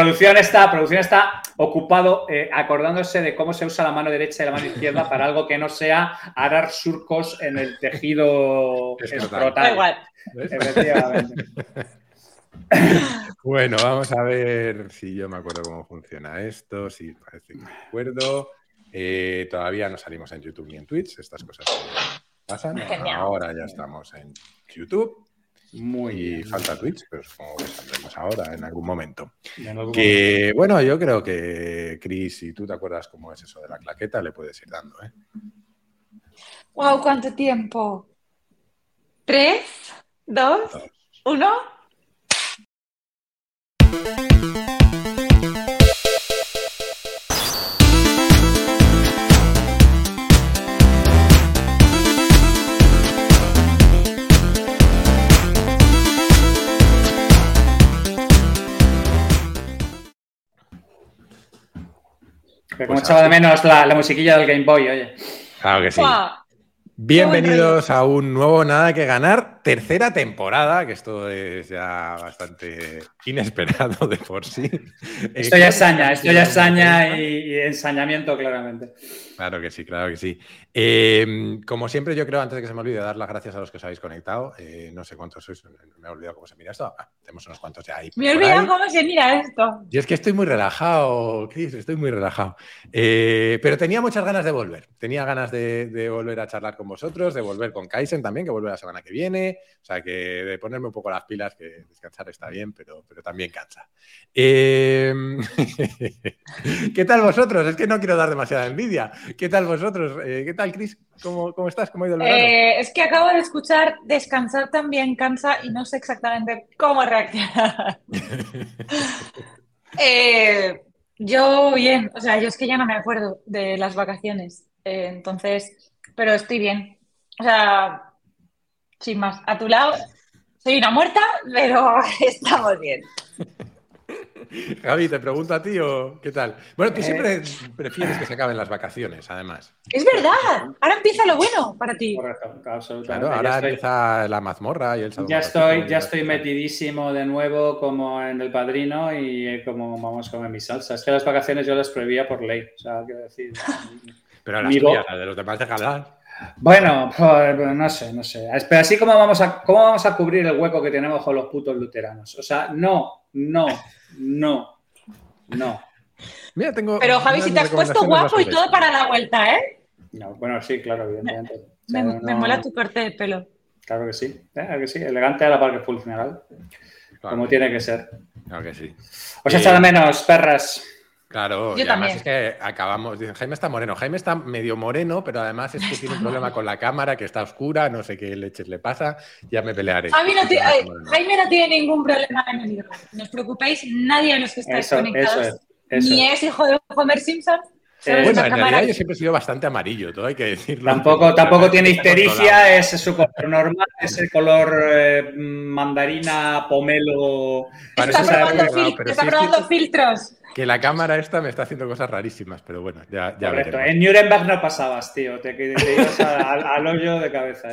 producción está ocupado acordándose de cómo se usa la mano derecha y la mano izquierda para algo que no sea arar surcos en el tejido escrotal. Da igual. Efectivamente. Bueno, vamos a ver si yo me acuerdo cómo funciona esto. Sí, parece que me acuerdo. Todavía no salimos en YouTube ni en Twitch. Estas cosas pasan. Genial. Ahora ya estamos en YouTube. Muy Y bien. falta Twitch, pero supongo que saldremos ahora en algún momento. En algún Que bueno, yo creo que, Chris, si tú te acuerdas cómo es eso de la claqueta, le puedes ir dando, ¿eh? ¡Wow! ¿Cuánto tiempo? 3, 2, 1. Que como echaba de menos la musiquilla del Game Boy, oye. Claro que sí. ¡Guau! Bienvenidos a un nuevo Nada que Ganar, tercera temporada, que esto es ya bastante inesperado de por sí. Esto ya es saña y ensañamiento, claramente. Claro que sí, claro que sí. Como siempre, yo creo, antes de que se me olvide, dar las gracias a los que os habéis conectado. No sé cuántos sois, me he olvidado cómo se mira esto. Tenemos unos cuantos ya ahí. Me he olvidado cómo se mira esto. Y es que estoy muy relajado, Chris, estoy muy relajado. Pero tenía muchas ganas de volver. Tenía ganas de volver a charlar con vosotros, de volver con Kaizen también, que vuelve la semana que viene. O sea, que de ponerme un poco las pilas, que descansar está bien, pero también cansa. ¿Qué tal vosotros? Es que no quiero dar demasiada envidia. ¿Qué tal vosotros? ¿Qué tal, Chris? ¿Cómo estás? ¿Cómo ha ido el verano? Es que acabo de escuchar descansar también cansa y no sé exactamente cómo reaccionar. Yo bien, o sea, yo es que ya no me acuerdo de las vacaciones, entonces, pero estoy bien. O sea, sin más, a tu lado soy una muerta, pero estamos bien. Javi, ¿te pregunto a ti o qué tal? Bueno, tú siempre prefieres que se acaben las vacaciones, además. Es verdad, ahora empieza lo bueno para ti. Correcto, absolutamente. Claro, ahora empieza la mazmorra y el Ya estoy metidísimo de nuevo como en El Padrino y como vamos con mis salsas. Es que las vacaciones yo las prohibía por ley. O sea, quiero decir... Pero las tuyas, las de los demás, déjalas. Bueno, pues, no sé. Pero así cómo vamos a cubrir el hueco que tenemos con los putos luteranos. O sea, no. Mira, tengo Pero Javi, si te has puesto guapo y todo para la vuelta, ¿eh? No, bueno, sí, claro, evidentemente. O Me sea, mola tu corte de pelo. Claro que sí, elegante a la par que funcional. Claro, como tiene que ser. Claro que sí. Os echa de menos, perras. Claro, yo y también. Además es que acabamos, dicen, Jaime está moreno. Jaime está medio moreno, pero además es que tiene un problema con la cámara, que está oscura, no sé qué leches le pasa, ya me pelearé. Jaime no tiene ningún problema en el hijo. No os preocupéis, nadie de los que estáis conectados ni es hijo de Homer Simpson. Bueno, en realidad yo siempre he sido bastante amarillo, todo hay que decirlo. Tampoco tiene ictericia, es su color normal, es el color mandarina, pomelo. Está probando filtros. Que la cámara esta me está haciendo cosas rarísimas, pero bueno, ya correcto. veremos. En Nuremberg no pasabas, tío, te ibas al hoyo de cabeza.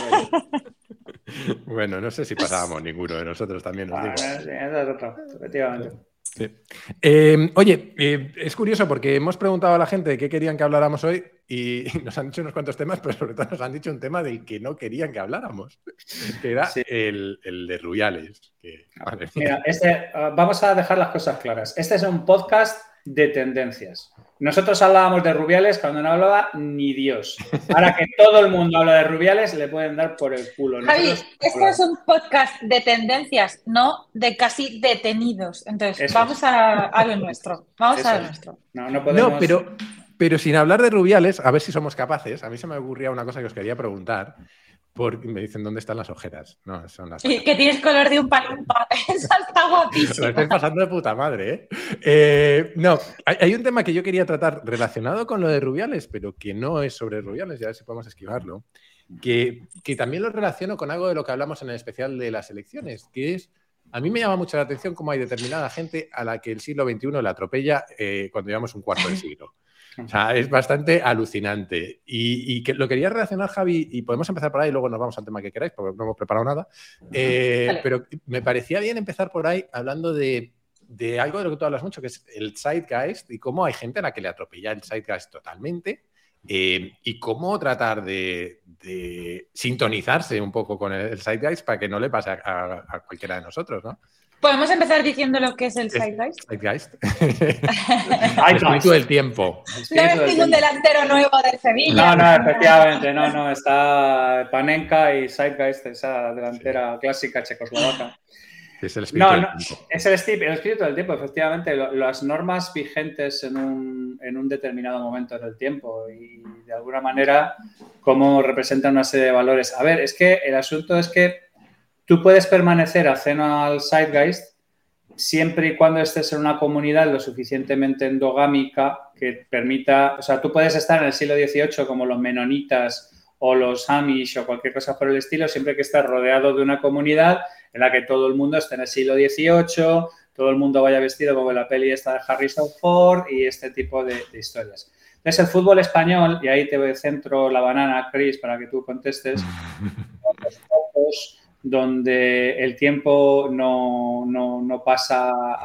Bueno, no sé si pasábamos ninguno de nosotros también, os digo. Sí, eso es otro, efectivamente. Sí. Oye, es curioso porque hemos preguntado a la gente de qué querían que habláramos hoy y nos han dicho unos cuantos temas, pero sobre todo nos han dicho un tema del que no querían que habláramos, que era el de Rubiales. Mira, vamos a dejar las cosas claras. Este es un podcast de tendencias. Nosotros hablábamos de Rubiales cuando no hablaba ni Dios. Ahora que todo el mundo habla de Rubiales, le pueden dar por el culo. Javi, este es un podcast de tendencias, no de casi detenidos. Entonces, vamos a lo nuestro. Vamos a lo nuestro. No, pero sin hablar de Rubiales, a ver si somos capaces. A mí se me ocurría una cosa que os quería preguntar. Porque me dicen, ¿dónde están las ojeras? No, son las... Y que tienes color de un palumpa. Esa está guapísima. Lo estáis pasando de puta madre, ¿eh? No, hay un tema que yo quería tratar relacionado con lo de Rubiales, pero que no es sobre Rubiales, y a ver si podemos esquivarlo, que también lo relaciono con algo de lo que hablamos en el especial de las elecciones, que es, a mí me llama mucho la atención cómo hay determinada gente a la que el siglo XXI le atropella cuando llevamos un cuarto de siglo. O sea, es bastante alucinante. Y que lo quería relacionar, Javi, y podemos empezar por ahí y luego nos vamos al tema que queráis, porque no hemos preparado nada. Pero me parecía bien empezar por ahí hablando de de algo de lo que tú hablas mucho, que es el zeitgeist y cómo hay gente a la que le atropella el zeitgeist totalmente y cómo tratar de sintonizarse un poco con el zeitgeist para que no le pase a cualquiera de nosotros, ¿no? ¿Podemos empezar diciendo lo que es el zeitgeist? Zeitgeist. El espíritu del tiempo. No es ningún delantero nuevo del Sevilla. No, efectivamente, no. Está Panenka y Zeitgeist, esa delantera clásica checoslovaca. Es el espíritu del tiempo. Es el espíritu del tiempo, efectivamente. Las normas vigentes en un determinado momento del tiempo y, de alguna manera, cómo representan una serie de valores. A ver, es que el asunto es que tú puedes permanecer ajeno al Zeitgeist siempre y cuando estés en una comunidad lo suficientemente endogámica que permita... O sea, tú puedes estar en el siglo XVIII como los menonitas o los Amish o cualquier cosa por el estilo, siempre que estés rodeado de una comunidad en la que todo el mundo esté en el siglo XVIII, todo el mundo vaya vestido como en la peli esta de Harrison Ford y este tipo de historias. Entonces, el fútbol español, y ahí te centro la banana, Chris, para que tú contestes, los focos donde el tiempo no pasa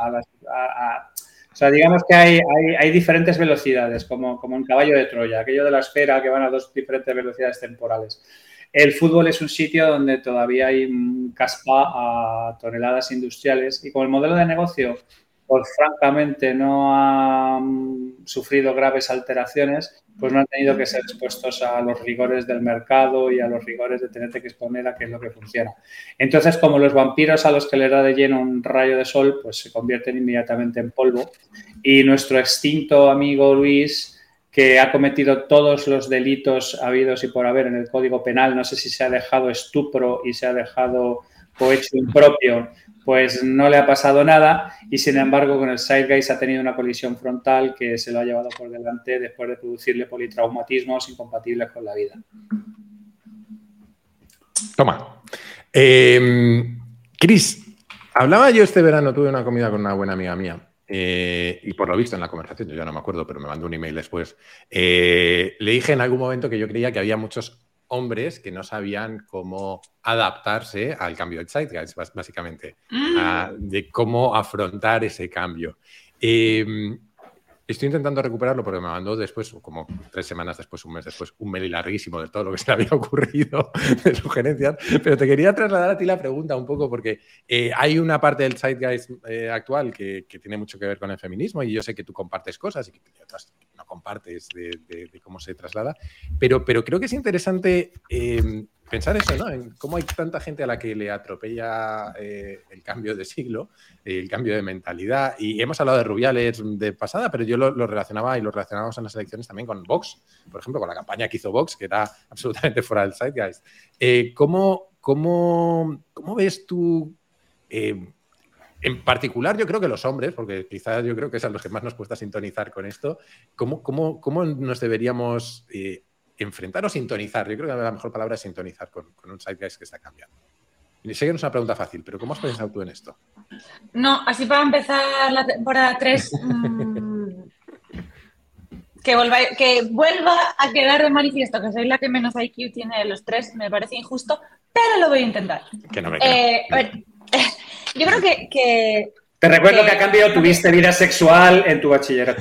o sea, digamos que hay diferentes velocidades, como en caballo de Troya, aquello de la esfera que van a dos diferentes velocidades temporales. El fútbol es un sitio donde todavía hay caspa a toneladas industriales y como el modelo de negocio, pues francamente no ha sufrido graves alteraciones, pues no han tenido que ser expuestos a los rigores del mercado y a los rigores de tenerte que exponer a qué es lo que funciona. Entonces, como los vampiros a los que les da de lleno un rayo de sol, pues se convierten inmediatamente en polvo. Y nuestro extinto amigo Luis, que ha cometido todos los delitos habidos y por haber en el Código Penal, no sé si se ha dejado estupro y se ha dejado cohecho impropio, pues no le ha pasado nada y, sin embargo, con el Zeitgeist ha tenido una colisión frontal que se lo ha llevado por delante después de producirle politraumatismos incompatibles con la vida. Toma. Chris, hablaba yo este verano, tuve una comida con una buena amiga mía y por lo visto en la conversación, yo ya no me acuerdo, pero me mandó un email después, le dije en algún momento que yo creía que había muchos hombres que no sabían cómo adaptarse al cambio de Zeitgeist, básicamente, de cómo afrontar ese cambio. Estoy intentando recuperarlo porque me mandó después, como 3 semanas después, un mes después, un mail larguísimo de todo lo que se le había ocurrido de sugerencias, pero te quería trasladar a ti la pregunta un poco porque hay una parte del Zeitgeist actual que tiene mucho que ver con el feminismo y yo sé que tú compartes cosas y que otras no compartes de cómo se traslada, pero creo que es interesante pensar eso, ¿no? En cómo hay tanta gente a la que le atropella el cambio de siglo, el cambio de mentalidad. Y hemos hablado de Rubiales de pasada, pero yo lo relacionaba y lo relacionábamos en las elecciones también con Vox, por ejemplo, con la campaña que hizo Vox, que era absolutamente fuera del Zeitgeist. ¿Cómo ves tú, en particular yo creo que los hombres, porque quizás yo creo que es a los que más nos cuesta sintonizar con esto, cómo nos deberíamos enfrentar o sintonizar? Yo creo que la mejor palabra es sintonizar con un Zeitgeist que está cambiando. Y sé que no es una pregunta fácil, pero ¿cómo has pensado tú en esto? No, así para empezar la temporada 3, que vuelva a quedar de manifiesto que soy la que menos IQ tiene de los 3, me parece injusto, pero lo voy a intentar. Que no me a ver, yo creo que... Te recuerdo que a cambio tuviste vida sexual en tu bachillerato.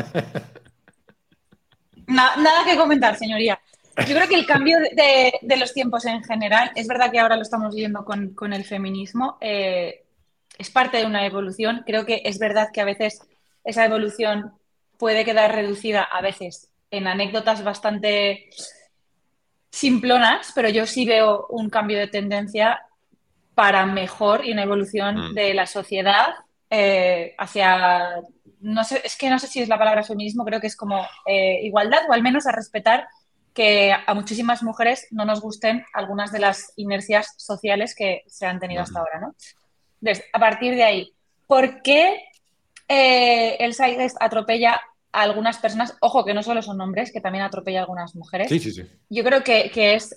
Nada que comentar, señoría. Yo creo que el cambio de los tiempos en general, es verdad que ahora lo estamos viendo con el feminismo, es parte de una evolución. Creo que es verdad que a veces esa evolución puede quedar reducida a veces en anécdotas bastante simplonas, pero yo sí veo un cambio de tendencia para mejor y una evolución de la sociedad hacia... No sé, es que no sé si es la palabra feminismo, creo que es como igualdad o al menos a respetar que a muchísimas mujeres no nos gusten algunas de las inercias sociales que se han tenido hasta ahora, ¿no? Entonces, a partir de ahí, ¿por qué el Zeitgeist atropella a algunas personas? Ojo, que no solo son hombres, que también atropella a algunas mujeres. Sí. Yo creo que es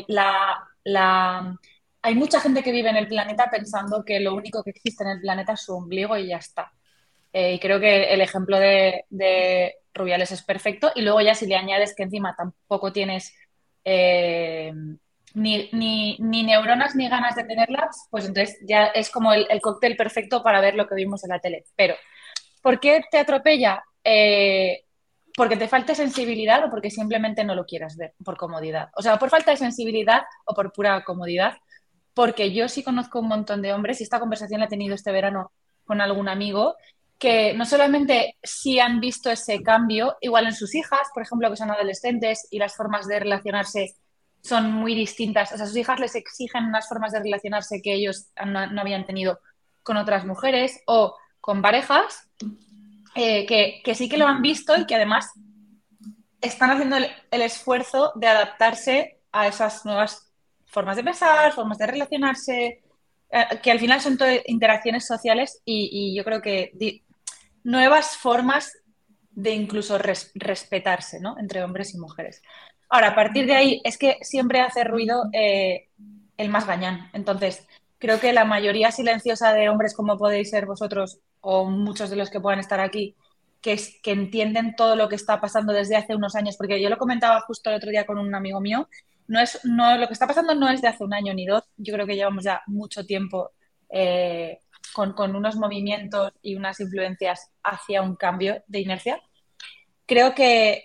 hay mucha gente que vive en el planeta pensando que lo único que existe en el planeta es su ombligo y ya está. Y creo que el ejemplo de Rubiales es perfecto. Y luego ya si le añades que encima tampoco tienes ni neuronas ni ganas de tenerlas, pues entonces ya es como el cóctel perfecto para ver lo que vimos en la tele. Pero, ¿por qué te atropella? Porque te falta sensibilidad o porque simplemente no lo quieras ver por comodidad. O sea, por falta de sensibilidad o por pura comodidad. Porque yo sí conozco un montón de hombres, y esta conversación la he tenido este verano con algún amigo, que no solamente sí han visto ese cambio, igual en sus hijas, por ejemplo, que son adolescentes y las formas de relacionarse son muy distintas. O sea, a sus hijas les exigen unas formas de relacionarse que ellos no habían tenido con otras mujeres o con parejas, que sí que lo han visto y que además están haciendo el esfuerzo de adaptarse a esas nuevas formas de pensar, formas de relacionarse, que al final son todo interacciones sociales y yo creo que nuevas formas de incluso respetarse, ¿no? Entre hombres y mujeres. Ahora, a partir de ahí, es que siempre hace ruido el más gañán. Entonces, creo que la mayoría silenciosa de hombres como podéis ser vosotros o muchos de los que puedan estar aquí, que entienden todo lo que está pasando desde hace unos años, porque yo lo comentaba justo el otro día con un amigo mío, lo que está pasando no es de hace un año ni dos, yo creo que llevamos ya mucho tiempo con unos movimientos y unas influencias hacia un cambio de inercia. Creo que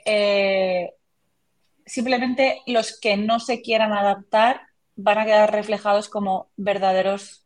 simplemente los que no se quieran adaptar van a quedar reflejados como verdaderos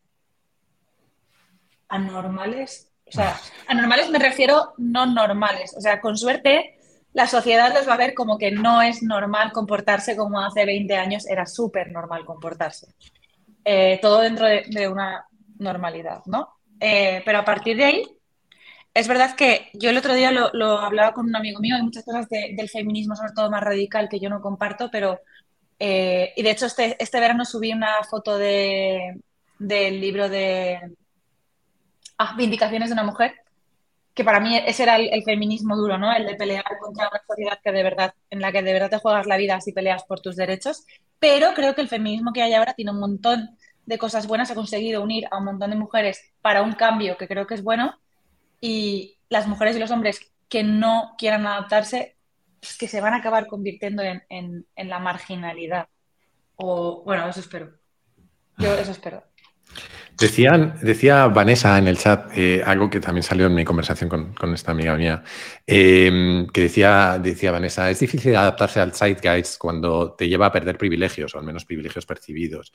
anormales. O sea, anormales me refiero no normales. O sea, con suerte la sociedad los va a ver como que no es normal comportarse como hace 20 años era súper normal comportarse. Todo dentro de una normalidad, ¿no? Pero a partir de ahí, es verdad que yo el otro día lo hablaba con un amigo mío, hay muchas cosas del feminismo, sobre todo más radical, que yo no comparto, pero y de hecho este verano subí una foto del libro de Vindicaciones de una mujer, que para mí ese era el feminismo duro, ¿no? El de pelear contra una sociedad que de verdad, en la que de verdad te juegas la vida si peleas por tus derechos. Pero creo que el feminismo que hay ahora tiene un montón de cosas buenas, ha conseguido unir a un montón de mujeres para un cambio que creo que es bueno, y las mujeres y los hombres que no quieran adaptarse, pues que se van a acabar convirtiendo en la marginalidad. O bueno, eso espero. Yo eso espero. Decía Vanessa en el chat algo que también salió en mi conversación con esta amiga mía, que decía Vanessa, es difícil adaptarse al zeitgeist cuando te lleva a perder privilegios, o al menos privilegios percibidos.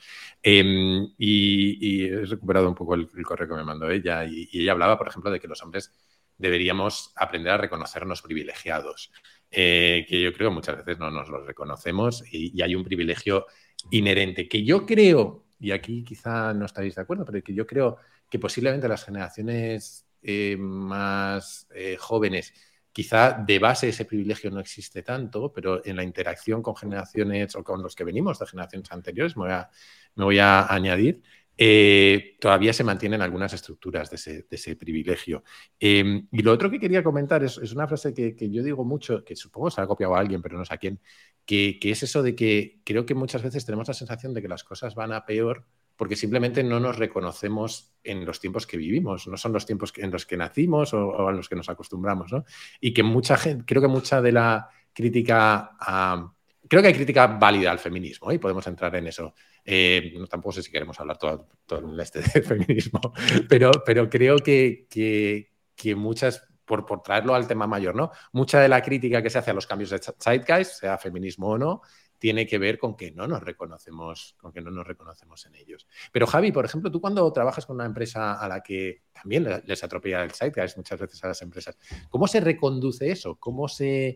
Y he recuperado un poco el correo que me mandó ella, y ella hablaba, por ejemplo, de que los hombres deberíamos aprender a reconocernos privilegiados, que yo creo que muchas veces no nos los reconocemos y hay un privilegio inherente que yo creo, y aquí quizá no estaréis de acuerdo, pero que yo creo que posiblemente las generaciones más jóvenes, quizá de base ese privilegio no existe tanto, pero en la interacción con generaciones o con los que venimos de generaciones anteriores, me voy a añadir, todavía se mantienen algunas estructuras de ese privilegio. Y lo otro que quería comentar es una frase que yo digo mucho, que supongo se la ha copiado a alguien, pero no sé a quién, que es eso de que creo que muchas veces tenemos la sensación de que las cosas van a peor porque simplemente no nos reconocemos en los tiempos que vivimos, no son los tiempos en los que nacimos o a los que nos acostumbramos, ¿no? Y que mucha gente, creo que mucha de la crítica creo que hay crítica válida al feminismo, y podemos entrar en eso. No, tampoco sé si queremos hablar todo del feminismo, pero creo que muchas, por traerlo al tema mayor, ¿no? Mucha de la crítica que se hace a los cambios de zeitgeist, sea feminismo o no, tiene que ver con que no nos reconocemos en ellos. Pero Javi, por ejemplo, tú cuando trabajas con una empresa a la que también les atropella el zeitgeist muchas veces a las empresas, ¿cómo se reconduce eso? ¿Cómo se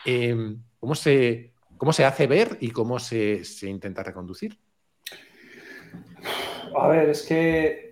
hace ver y cómo se intenta reconducir? A ver, es que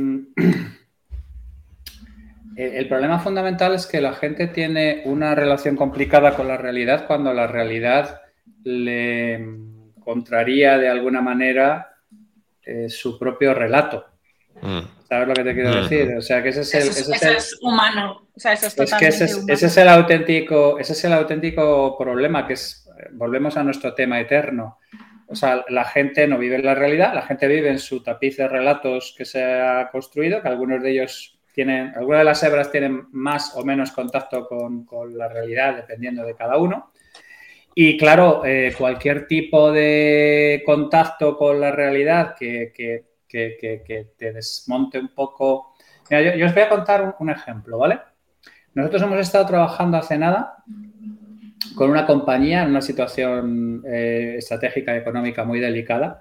el problema fundamental es que la gente tiene una relación complicada con la realidad cuando la realidad le contraría de alguna manera su propio relato. ¿Sabes lo que te quiero decir? O sea, que ese es humano. O sea, eso es totalmente humano. Ese es el auténtico problema, que es, volvemos a nuestro tema eterno. O sea, la gente no vive en la realidad, la gente vive en su tapiz de relatos que se ha construido, que algunos de ellos algunas de las hebras tienen más o menos contacto con la realidad, dependiendo de cada uno. Y claro, cualquier tipo de contacto con la realidad que te desmonte un poco. Mira, yo os voy a contar un ejemplo, ¿vale? Nosotros hemos estado trabajando hace nada con una compañía en una situación estratégica y económica muy delicada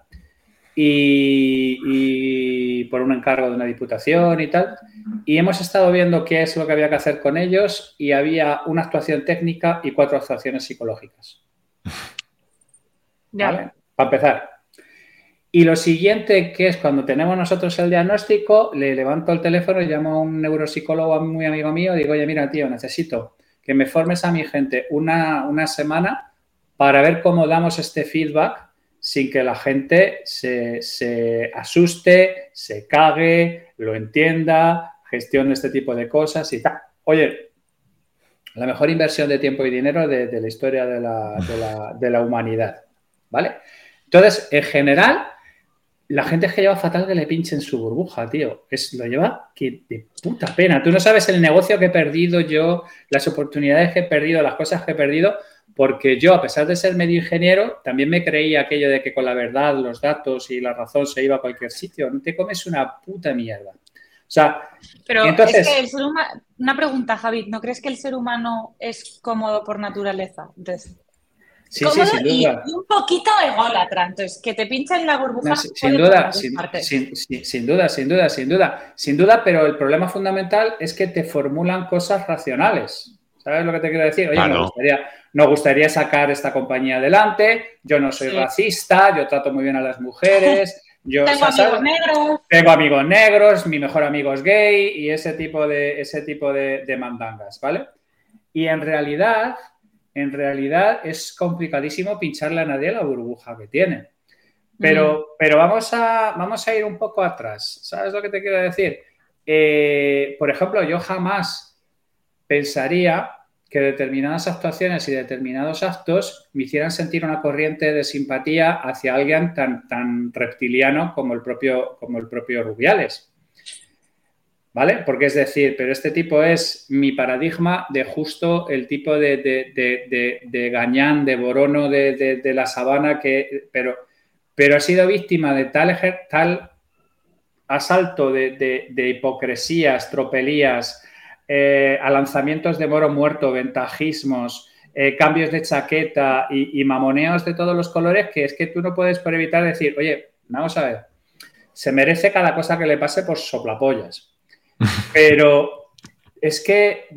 y por un encargo de una diputación y tal. Y hemos estado viendo qué es lo que había que hacer con ellos y había una actuación técnica y 4 actuaciones psicológicas. ¿Vale? Para empezar. Y lo siguiente que es cuando tenemos nosotros el diagnóstico, le levanto el teléfono y llamo a un neuropsicólogo muy amigo mío y digo, oye, mira, tío, necesito que me formes a mi gente una semana para ver cómo damos este feedback sin que la gente se asuste, se cague, lo entienda, gestione este tipo de cosas y tal. Oye, la mejor inversión de tiempo y dinero de la historia de la humanidad, ¿vale? Entonces, en general, la gente es que lleva fatal que le pinchen su burbuja, tío. Lo lleva que de puta pena. Tú no sabes el negocio que he perdido yo, las oportunidades que he perdido, las cosas que he perdido, porque yo, a pesar de ser medio ingeniero, también me creía aquello de que con la verdad, los datos y la razón se iba a cualquier sitio. No te comes una puta mierda. O sea, pero entonces... es que el ser humano... Una pregunta, Javi. ¿No crees que el ser humano es cómodo por naturaleza? Entonces... Sí, sí, sin duda. Y un poquito ególatra, entonces, que te pinchen la burbuja. No, sin duda, sin duda, pero el problema fundamental es que te formulan cosas racionales. ¿Sabes lo que te quiero decir? Oye, Claro. nos gustaría sacar esta compañía adelante, yo no soy racista, yo trato muy bien a las mujeres, tengo amigos negros, mi mejor amigo es gay y ese tipo de mandangas, ¿vale? Y en realidad es complicadísimo pincharle a nadie la burbuja que tiene. Pero vamos a ir un poco atrás. ¿Sabes lo que te quiero decir? Por ejemplo, yo jamás pensaría que determinadas actuaciones y determinados actos me hicieran sentir una corriente de simpatía hacia alguien tan reptiliano como el propio Rubiales. ¿Vale? Porque es decir, pero este tipo es mi paradigma de justo el tipo de gañán, de borono de la sabana, pero ha sido víctima de tal asalto de hipocresías, tropelías, alanzamientos de moro muerto, ventajismos, cambios de chaqueta y mamoneos de todos los colores que es que tú no puedes por evitar decir, oye, vamos a ver, se merece cada cosa que le pase por soplapollas. Pero es que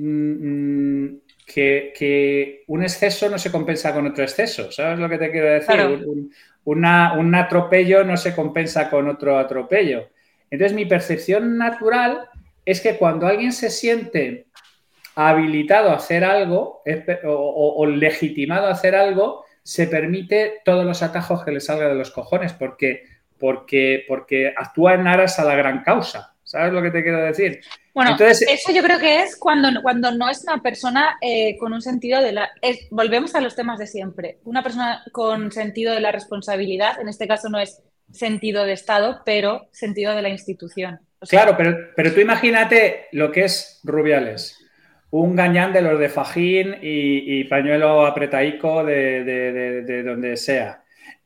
un exceso no se compensa con otro exceso, ¿sabes lo que te quiero decir? Claro. Un atropello no se compensa con otro atropello. Entonces, mi percepción natural es que cuando alguien se siente habilitado a hacer algo o legitimado a hacer algo, se permite todos los atajos que le salga de los cojones porque actúa en aras a la gran causa. ¿Sabes lo que te quiero decir? Bueno, entonces, eso yo creo que es cuando no es una persona con un sentido de la... volvemos a los temas de siempre. Una persona con sentido de la responsabilidad, en este caso no es sentido de Estado, pero sentido de la institución. O sea, claro, pero tú imagínate lo que es Rubiales. Un gañán de los de fajín y pañuelo apretaico de donde sea.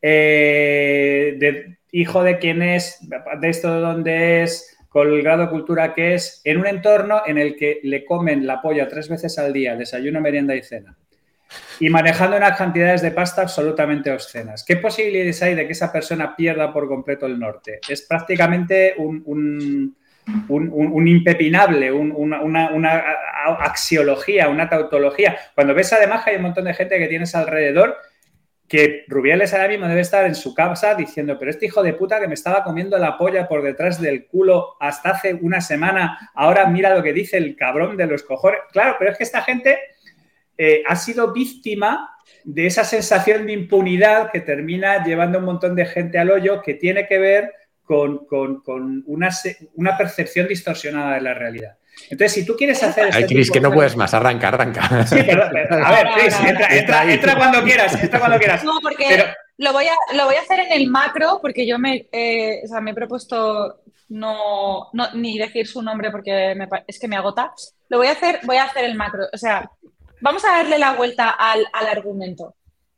Hijo de quién es, de esto de dónde es, con el grado de cultura que es, en un entorno en el que le comen la polla 3 veces al día, desayuno, merienda y cena, y manejando unas cantidades de pasta absolutamente obscenas. ¿Qué posibilidades hay de que esa persona pierda por completo el norte? Es prácticamente un impepinable, una axiología, una tautología. Cuando ves además que hay un montón de gente que tienes alrededor que Rubiales ahora mismo debe estar en su casa diciendo, pero este hijo de puta que me estaba comiendo la polla por detrás del culo hasta hace una semana, ahora mira lo que dice el cabrón de los cojones. Claro, pero es que esta gente ha sido víctima de esa sensación de impunidad que termina llevando a un montón de gente al hoyo que tiene que ver con una percepción distorsionada de la realidad. Entonces, si tú quieres hacer... Ay, Cris, que no puedes más. Arranca. Sí, perdón. A ver, Cris, entra cuando quieras. No, porque lo voy a hacer en el macro, porque yo me he propuesto no ni decir su nombre porque es que me agota. Voy a hacer el macro. O sea, vamos a darle la vuelta al argumento.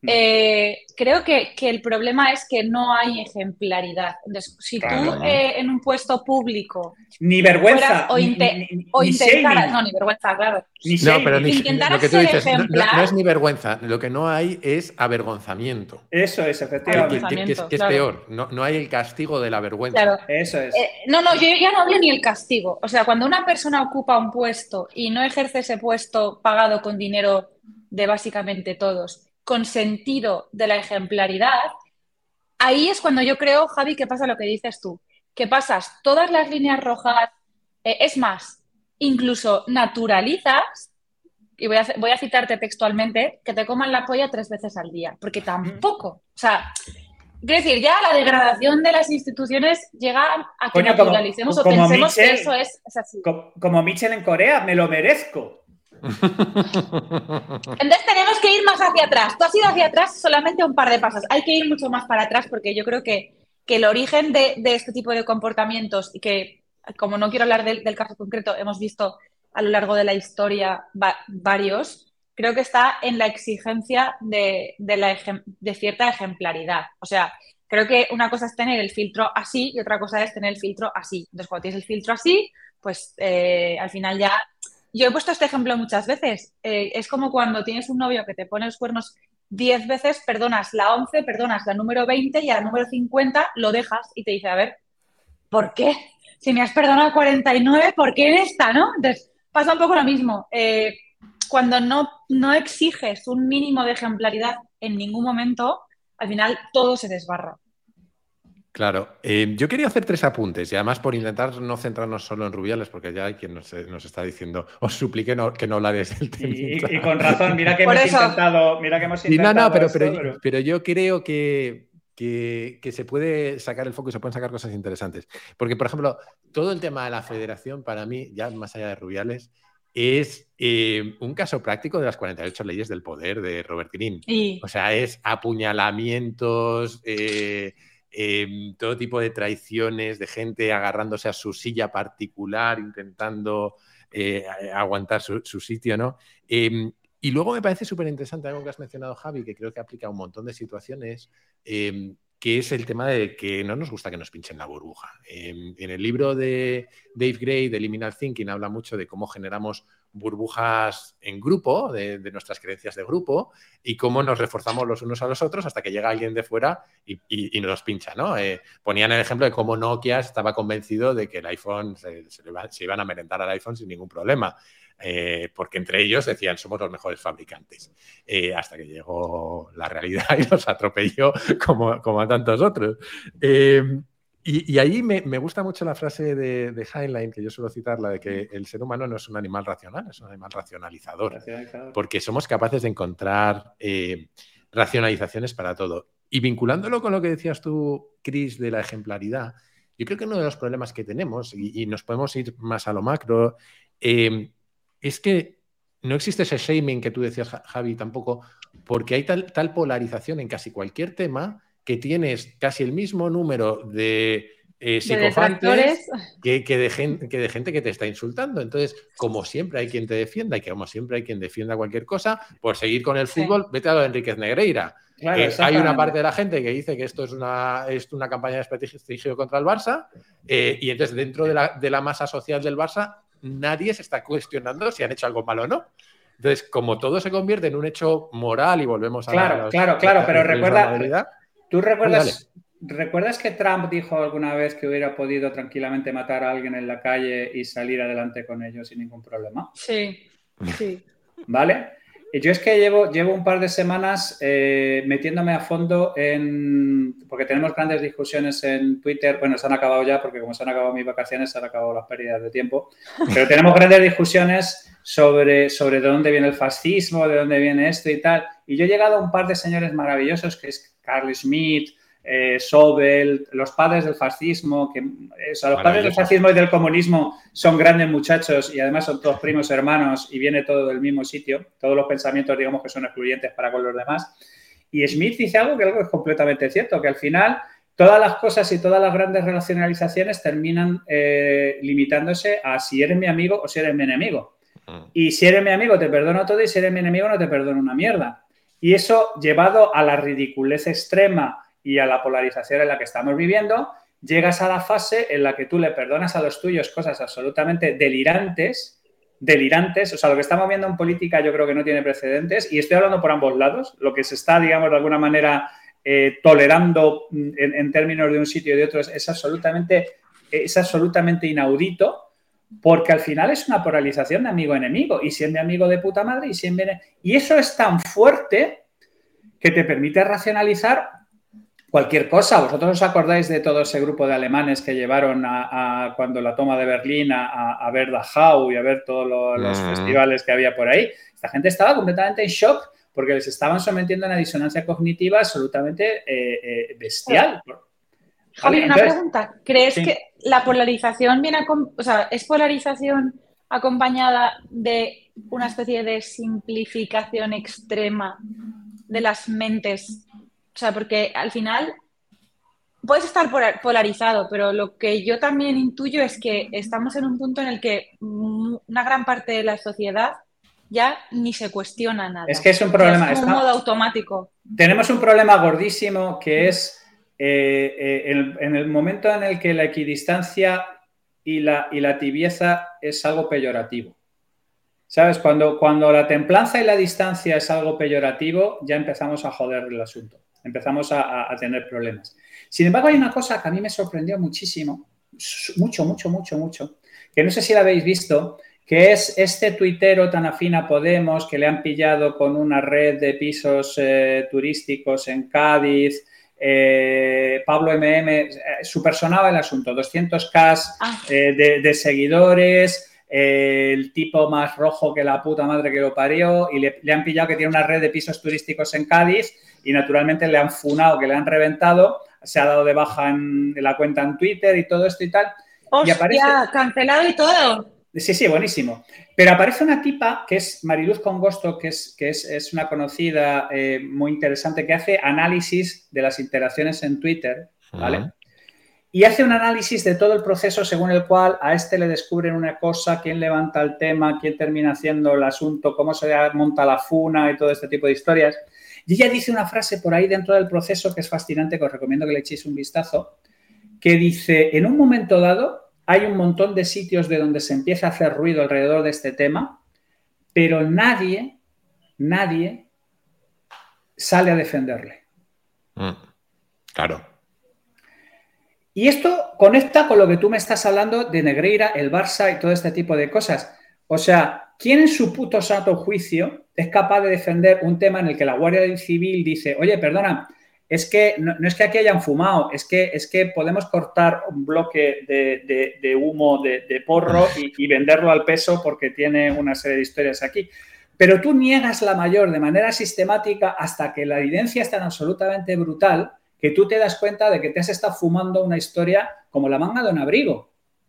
Creo que el problema es que no hay ejemplaridad. Entonces, si Claro. tú en un puesto público Ni vergüenza, fueras o ni intentaras, shaming, no, ni vergüenza, claro. ni No, pero shaming. Intentaras lo que tú ser dices, no ejemplar. es ni vergüenza, lo que no hay es avergonzamiento. Eso es, efectivamente. Que es Claro. peor, no hay el castigo de la vergüenza. Claro. Eso es. No, yo ya no hablé ni el castigo. O sea, cuando una persona ocupa un puesto y no ejerce ese puesto pagado con dinero de básicamente todos, con sentido de la ejemplaridad, ahí es cuando yo creo, Javi, que pasa lo que dices tú, que pasas todas las líneas rojas, es más, incluso naturalizas, y voy a citarte textualmente, que te coman la polla 3 veces al día, porque tampoco, o sea, quiero decir, ya la degradación de las instituciones llega a que Coño, naturalicemos o como pensemos que Mitchell, eso es así. Como Mitchell en Corea, me lo merezco. Entonces tenemos que ir más hacia atrás. Tú has ido hacia atrás solamente un par de pasos. Hay que ir mucho más para atrás porque yo creo que el origen de este tipo de comportamientos y que, como no quiero hablar del caso concreto, hemos visto a lo largo de la historia varios, creo que está en la exigencia de cierta ejemplaridad. O sea, creo que una cosa es tener el filtro así y otra cosa es tener el filtro así. Entonces, cuando tienes el filtro así, pues al final ya... Yo he puesto este ejemplo muchas veces. Es como cuando tienes un novio que te pone los cuernos 10 veces, perdonas la 11, perdonas la número 20 y a la número 50 lo dejas y te dice, a ver, ¿por qué? Si me has perdonado 49, ¿por qué en esta, no? Entonces, pasa un poco lo mismo. Cuando no exiges un mínimo de ejemplaridad en ningún momento, al final todo se desbarra. Claro, yo quería hacer 3 apuntes y además por intentar no centrarnos solo en Rubiales, porque ya hay quien nos está diciendo, os supliqué que no hablaréis del tema. Y con razón, mira que hemos intentado. Pero yo creo que se puede sacar el foco y se pueden sacar cosas interesantes. Porque, por ejemplo, todo el tema de la federación, para mí, ya más allá de Rubiales, es un caso práctico de las 48 leyes del poder de Robert Greene. O sea, es apuñalamientos... todo tipo de traiciones, de gente agarrándose a su silla particular, intentando aguantar su sitio, ¿no? Y luego me parece súper interesante algo que has mencionado, Javi, que creo que aplica a un montón de situaciones, que es el tema de que no nos gusta que nos pinchen la burbuja. En el libro de Dave Gray, de Liminal Thinking, habla mucho de cómo generamos burbujas en grupo, de nuestras creencias de grupo, y cómo nos reforzamos los unos a los otros hasta que llega alguien de fuera y nos pincha, ¿no? Ponían el ejemplo de cómo Nokia estaba convencido de que el iPhone se iban a merendar al iPhone sin ningún problema, porque entre ellos decían somos los mejores fabricantes, hasta que llegó la realidad y los atropelló como a tantos otros. Y ahí me gusta mucho la frase de Heinlein, que yo suelo citar, la de que el ser humano no es un animal racional, es un animal racionalizador. Porque somos capaces de encontrar racionalizaciones para todo. Y vinculándolo con lo que decías tú, Chris, de la ejemplaridad, yo creo que uno de los problemas que tenemos, y nos podemos ir más a lo macro, es que no existe ese shaming que tú decías, Javi, tampoco, porque hay tal polarización en casi cualquier tema que tienes casi el mismo número de psicofantes que de gente que te está insultando. Entonces, como siempre hay quien te defienda y como siempre hay quien defienda cualquier cosa, por seguir con el fútbol, vete a lo de Enríquez Negreira. Claro, hay una parte de la gente que dice que esto es una campaña de desprestigio contra el Barça, y entonces dentro de la masa social del Barça nadie se está cuestionando si han hecho algo malo o no. Entonces, como todo se convierte en un hecho moral y volvemos a Claro, pero recuerda... ¿Tú recuerdas que Trump dijo alguna vez que hubiera podido tranquilamente matar a alguien en la calle y salir adelante con ello sin ningún problema? Sí. ¿Vale? Y yo es que llevo un par de semanas metiéndome a fondo porque tenemos grandes discusiones en Twitter. Bueno, se han acabado ya porque como se han acabado mis vacaciones, se han acabado las pérdidas de tiempo. Pero tenemos grandes discusiones sobre de dónde viene el fascismo, de dónde viene esto y tal. Y yo he llegado a un par de señores maravillosos que es Carl Schmitt, Sobel, los padres del fascismo, los padres del fascismo y del comunismo son grandes muchachos y además son todos primos hermanos y viene todo del mismo sitio, todos los pensamientos digamos que son excluyentes para con los demás. Y Schmitt dice algo que es completamente cierto, que al final todas las cosas y todas las grandes relacionalizaciones terminan limitándose a si eres mi amigo o si eres mi enemigo. Y si eres mi amigo te perdono todo y si eres mi enemigo no te perdono una mierda. Y eso, llevado a la ridiculez extrema y a la polarización en la que estamos viviendo, llegas a la fase en la que tú le perdonas a los tuyos cosas absolutamente delirantes, o sea, lo que estamos viendo en política yo creo que no tiene precedentes, y estoy hablando por ambos lados, lo que se está, digamos, de alguna manera tolerando en términos de un sitio y de otro es absolutamente inaudito, porque al final es una polarización de amigo-enemigo, y si es mi amigo de puta madre, y eso es tan fuerte que te permite racionalizar cualquier cosa. ¿Vosotros os acordáis de todo ese grupo de alemanes que llevaron cuando la toma de Berlín a ver Dachau y a ver todos los festivales que había por ahí? Esta gente estaba completamente en shock porque les estaban sometiendo a una disonancia cognitiva absolutamente bestial. Javi, una pregunta. ¿Crees que la polarización es polarización acompañada de una especie de simplificación extrema de las mentes? O sea, porque al final puedes estar polarizado, pero lo que yo también intuyo es que estamos en un punto en el que una gran parte de la sociedad ya ni se cuestiona nada. Es que es un problema. Es como un modo automático. Tenemos un problema gordísimo que es en el momento en el que la equidistancia y la tibieza es algo peyorativo. ¿Sabes? Cuando la templanza y la distancia es algo peyorativo, ya empezamos a joder el asunto. Empezamos a tener problemas. Sin embargo, hay una cosa que a mí me sorprendió muchísimo, mucho, que no sé si la habéis visto, que es este tuitero tan afín a Podemos que le han pillado con una red de pisos turísticos en Cádiz. Pablo M.M. supersonaba el asunto, 200K de seguidores, el tipo más rojo que la puta madre que lo parió, y le han pillado que tiene una red de pisos turísticos en Cádiz y naturalmente le han funado, que le han reventado, se ha dado de baja en la cuenta en Twitter y todo esto y tal. ¡Hostia! Y aparece... ¡Cancelado y todo! Sí, buenísimo. Pero aparece una tipa que es Mariluz Congosto, que es una conocida muy interesante, que hace análisis de las interacciones en Twitter, ¿vale? Y hace un análisis de todo el proceso según el cual a este le descubren una cosa, quién levanta el tema, quién termina haciendo el asunto, cómo se monta la funa y todo este tipo de historias. Y ella dice una frase por ahí dentro del proceso que es fascinante, que os recomiendo que le echéis un vistazo, que dice, en un momento dado hay un montón de sitios de donde se empieza a hacer ruido alrededor de este tema, pero nadie sale a defenderle. Claro. Y esto conecta con lo que tú me estás hablando de Negreira, el Barça y todo este tipo de cosas. O sea, ¿quién en su puto santo juicio es capaz de defender un tema en el que la Guardia Civil dice, oye, perdona, es que no es que aquí hayan fumado, es que podemos cortar un bloque de humo de porro y venderlo al peso porque tiene una serie de historias aquí? Pero tú niegas la mayor de manera sistemática hasta que la evidencia es tan absolutamente brutal que tú te das cuenta de que te has estado fumando una historia como la manga de un abrigo.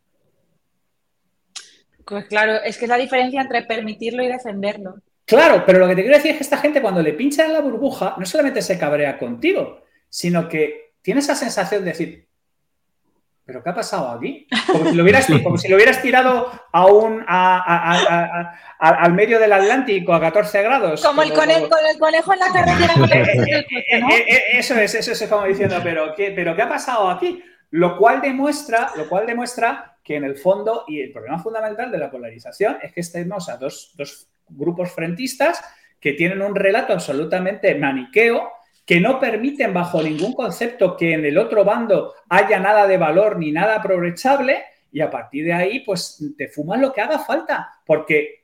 Pues claro, es que es la diferencia entre permitirlo y defenderlo. Claro, pero lo que te quiero decir es que esta gente cuando le pinchan la burbuja no solamente se cabrea contigo, sino que tiene esa sensación de decir, ¿pero qué ha pasado aquí? Como si lo hubieras tirado al medio del Atlántico a 14 grados. Como el conejo en la carretera. ¿No? Eso es como diciendo, ¿pero qué ha pasado aquí? Lo cual demuestra que en el fondo, y el problema fundamental de la polarización es que estemos a dos grupos frentistas que tienen un relato absolutamente maniqueo, que no permiten bajo ningún concepto que en el otro bando haya nada de valor ni nada aprovechable, y a partir de ahí pues te fumas lo que haga falta, porque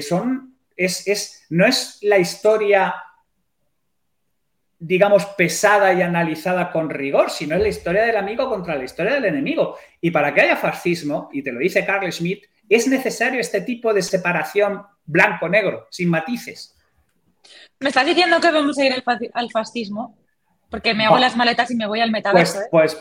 no es la historia, digamos, pesada y analizada con rigor, sino es la historia del amigo contra la historia del enemigo. Y para que haya fascismo, y te lo dice Carl Schmitt, es necesario este tipo de separación blanco-negro, sin matices. ¿Me estás diciendo que vamos a ir al fascismo? Porque me hago las maletas y me voy al metaverso. Pues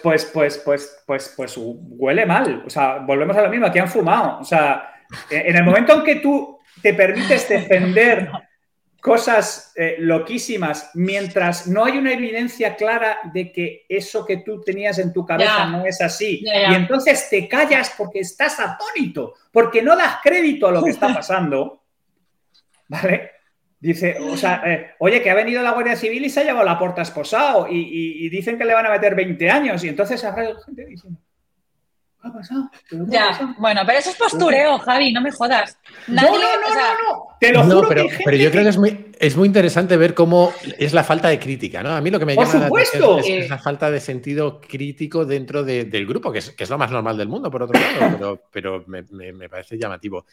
huele mal. O sea, volvemos a lo mismo, aquí han fumado. O sea, en el momento en que tú te permites defender cosas loquísimas mientras no hay una evidencia clara de que eso que tú tenías en tu cabeza no es así, y entonces te callas porque estás atónito, porque no das crédito a lo que está pasando, ¿vale? Dice, o sea, oye, que ha venido la Guardia Civil y se ha llevado la Porta esposado y dicen que le van a meter 20 años y entonces habrá gente diciendo, ¿qué ha pasado? ¿Pero qué ha Ya, pasado? bueno, pero eso es postureo, Javi, no me jodas. No, te lo juro que hay gente pero yo creo que es muy interesante ver cómo es la falta de crítica, ¿no? A mí lo que me ¡Por llama la supuesto! atención es la falta de sentido crítico dentro del grupo, que es lo más normal del mundo, por otro lado, pero me parece llamativo.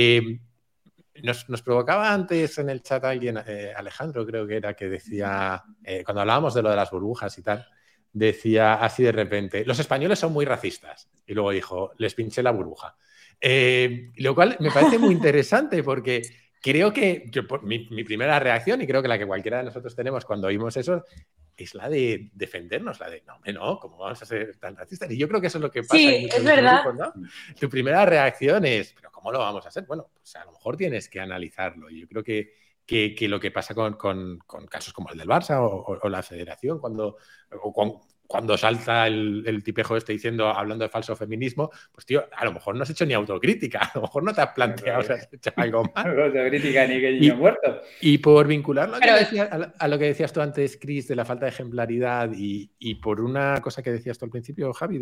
Nos provocaba antes en el chat alguien, Alejandro creo que era, que decía, cuando hablábamos de lo de las burbujas y tal, decía así de repente, los españoles son muy racistas. Y luego dijo, les pinché la burbuja. Lo cual me parece muy interesante porque creo que mi primera reacción, y creo que la que cualquiera de nosotros tenemos cuando oímos eso, es la de defendernos, la de no, ¿cómo vamos a ser tan racistas? Y yo creo que eso es lo que pasa en Sí, muchos es verdad. grupos, ¿no? Tu primera reacción es, ¿pero cómo lo vamos a hacer? Bueno, pues a lo mejor tienes que analizarlo. Y yo creo que lo que pasa con casos como el del Barça o la Federación, cuando salta el tipejo este hablando de falso feminismo, pues tío, a lo mejor no has hecho ni autocrítica, a lo mejor no te has planteado si has hecho algo mal. No autocrítica ni que niño muerto. Y por vincularlo a lo que decías tú antes, Chris, de la falta de ejemplaridad y por una cosa que decías tú al principio, Javi,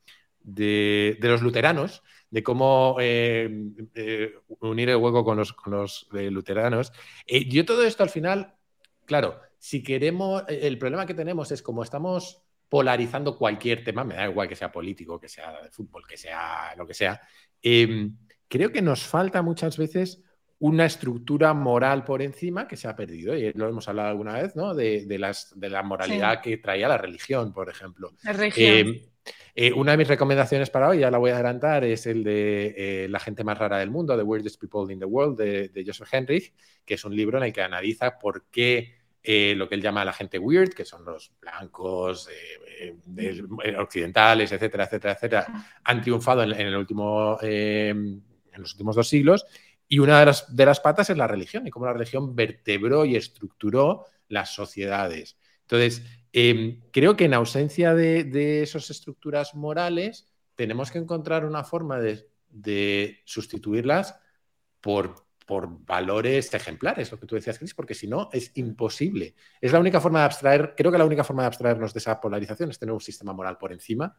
de los luteranos, de cómo unir el hueco con los luteranos. Yo todo esto al final, claro, si queremos, el problema que tenemos es como estamos polarizando cualquier tema, me da igual que sea político, que sea de fútbol, que sea lo que sea, creo que nos falta muchas veces una estructura moral por encima que se ha perdido, y lo hemos hablado alguna vez, ¿no? De la moralidad que traía la religión, por ejemplo. La religión. Una de mis recomendaciones para hoy, ya la voy a adelantar, es el de La gente más rara del mundo, The Weirdest People in the World, de Joseph Henrich, que es un libro en el que analiza por qué lo que él llama la gente weird, que son los blancos, occidentales, etcétera, etcétera, etcétera, han triunfado en los últimos 2 siglos. Y una de las patas es la religión y cómo la religión vertebró y estructuró las sociedades. Entonces, creo que en ausencia de esas estructuras morales tenemos que encontrar una forma de sustituirlas por valores ejemplares, lo que tú decías, Chris, porque si no es imposible. Es la única forma de abstraer, creo que la única forma de abstraernos de esa polarización es tener un sistema moral por encima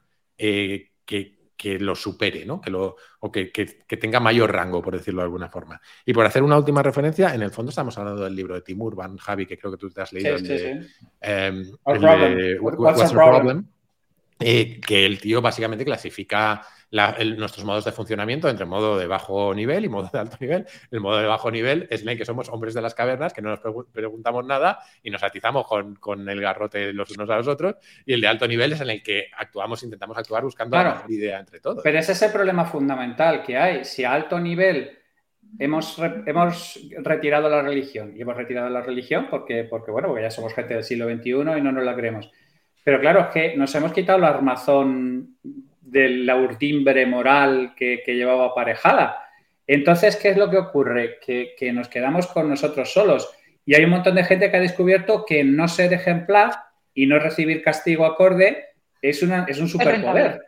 que lo supere, ¿no? Que tenga mayor rango, por decirlo de alguna forma. Y por hacer una última referencia, en el fondo estamos hablando del libro de Tim Urban, Javi, que creo que tú te has leído, What's the Problem? Que el tío básicamente clasifica nuestros modos de funcionamiento entre modo de bajo nivel y modo de alto nivel. El modo de bajo nivel es en el que somos hombres de las cavernas, que no nos preguntamos nada y nos atizamos con el garrote los unos a los otros, y el de alto nivel es en el que intentamos actuar buscando la mejor idea entre todos. Pero ese es el problema fundamental que hay. Si a alto nivel hemos retirado la religión, y hemos retirado la religión porque ya somos gente del siglo XXI y no nos la creemos. Pero claro, es que nos hemos quitado la armazón de la urdimbre moral que llevaba aparejada. Entonces, ¿qué es lo que ocurre? Que nos quedamos con nosotros solos. Y hay un montón de gente que ha descubierto que no ser ejemplar y no recibir castigo acorde es un superpoder.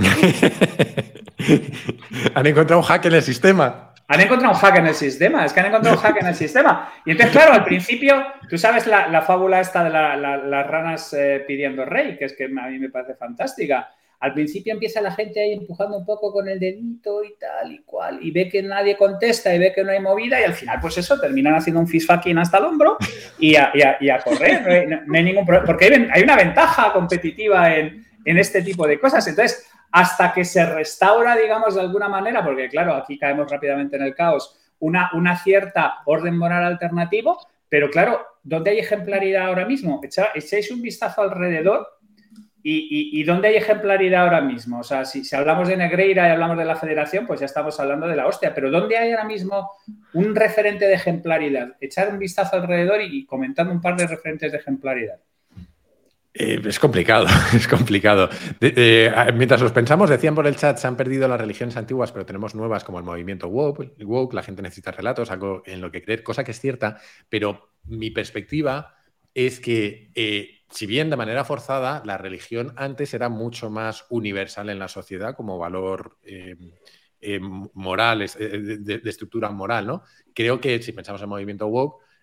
Han encontrado un hack en el sistema. Han encontrado un hack en el sistema, es que han encontrado un hack en el sistema. Y entonces, claro, al principio, tú sabes la fábula esta de las ranas pidiendo rey, que es que a mí me parece fantástica. Al principio empieza la gente ahí empujando un poco con el dedito y tal y cual, y ve que nadie contesta y ve que no hay movida, y al final, pues eso, terminan haciendo un fist-fucking hasta el hombro y a correr. No hay ningún problema, porque hay una ventaja competitiva en este tipo de cosas. Entonces, hasta que se restaura, digamos, de alguna manera, porque claro, aquí caemos rápidamente en el caos, una cierta orden moral alternativo, pero claro, ¿dónde hay ejemplaridad ahora mismo? Echéis un vistazo alrededor y ¿dónde hay ejemplaridad ahora mismo? O sea, si hablamos de Negreira y hablamos de la Federación, pues ya estamos hablando de la hostia, pero ¿dónde hay ahora mismo un referente de ejemplaridad? Echar un vistazo alrededor y comentando un par de referentes de ejemplaridad. Es complicado, es complicado. Mientras los pensamos, decían por el chat, se han perdido las religiones antiguas, pero tenemos nuevas como el movimiento woke, la gente necesita relatos, algo en lo que creer, cosa que es cierta, pero mi perspectiva es que, si bien de manera forzada, la religión antes era mucho más universal en la sociedad como valor moral, de estructura moral, ¿no? Creo que si pensamos en el movimiento woke,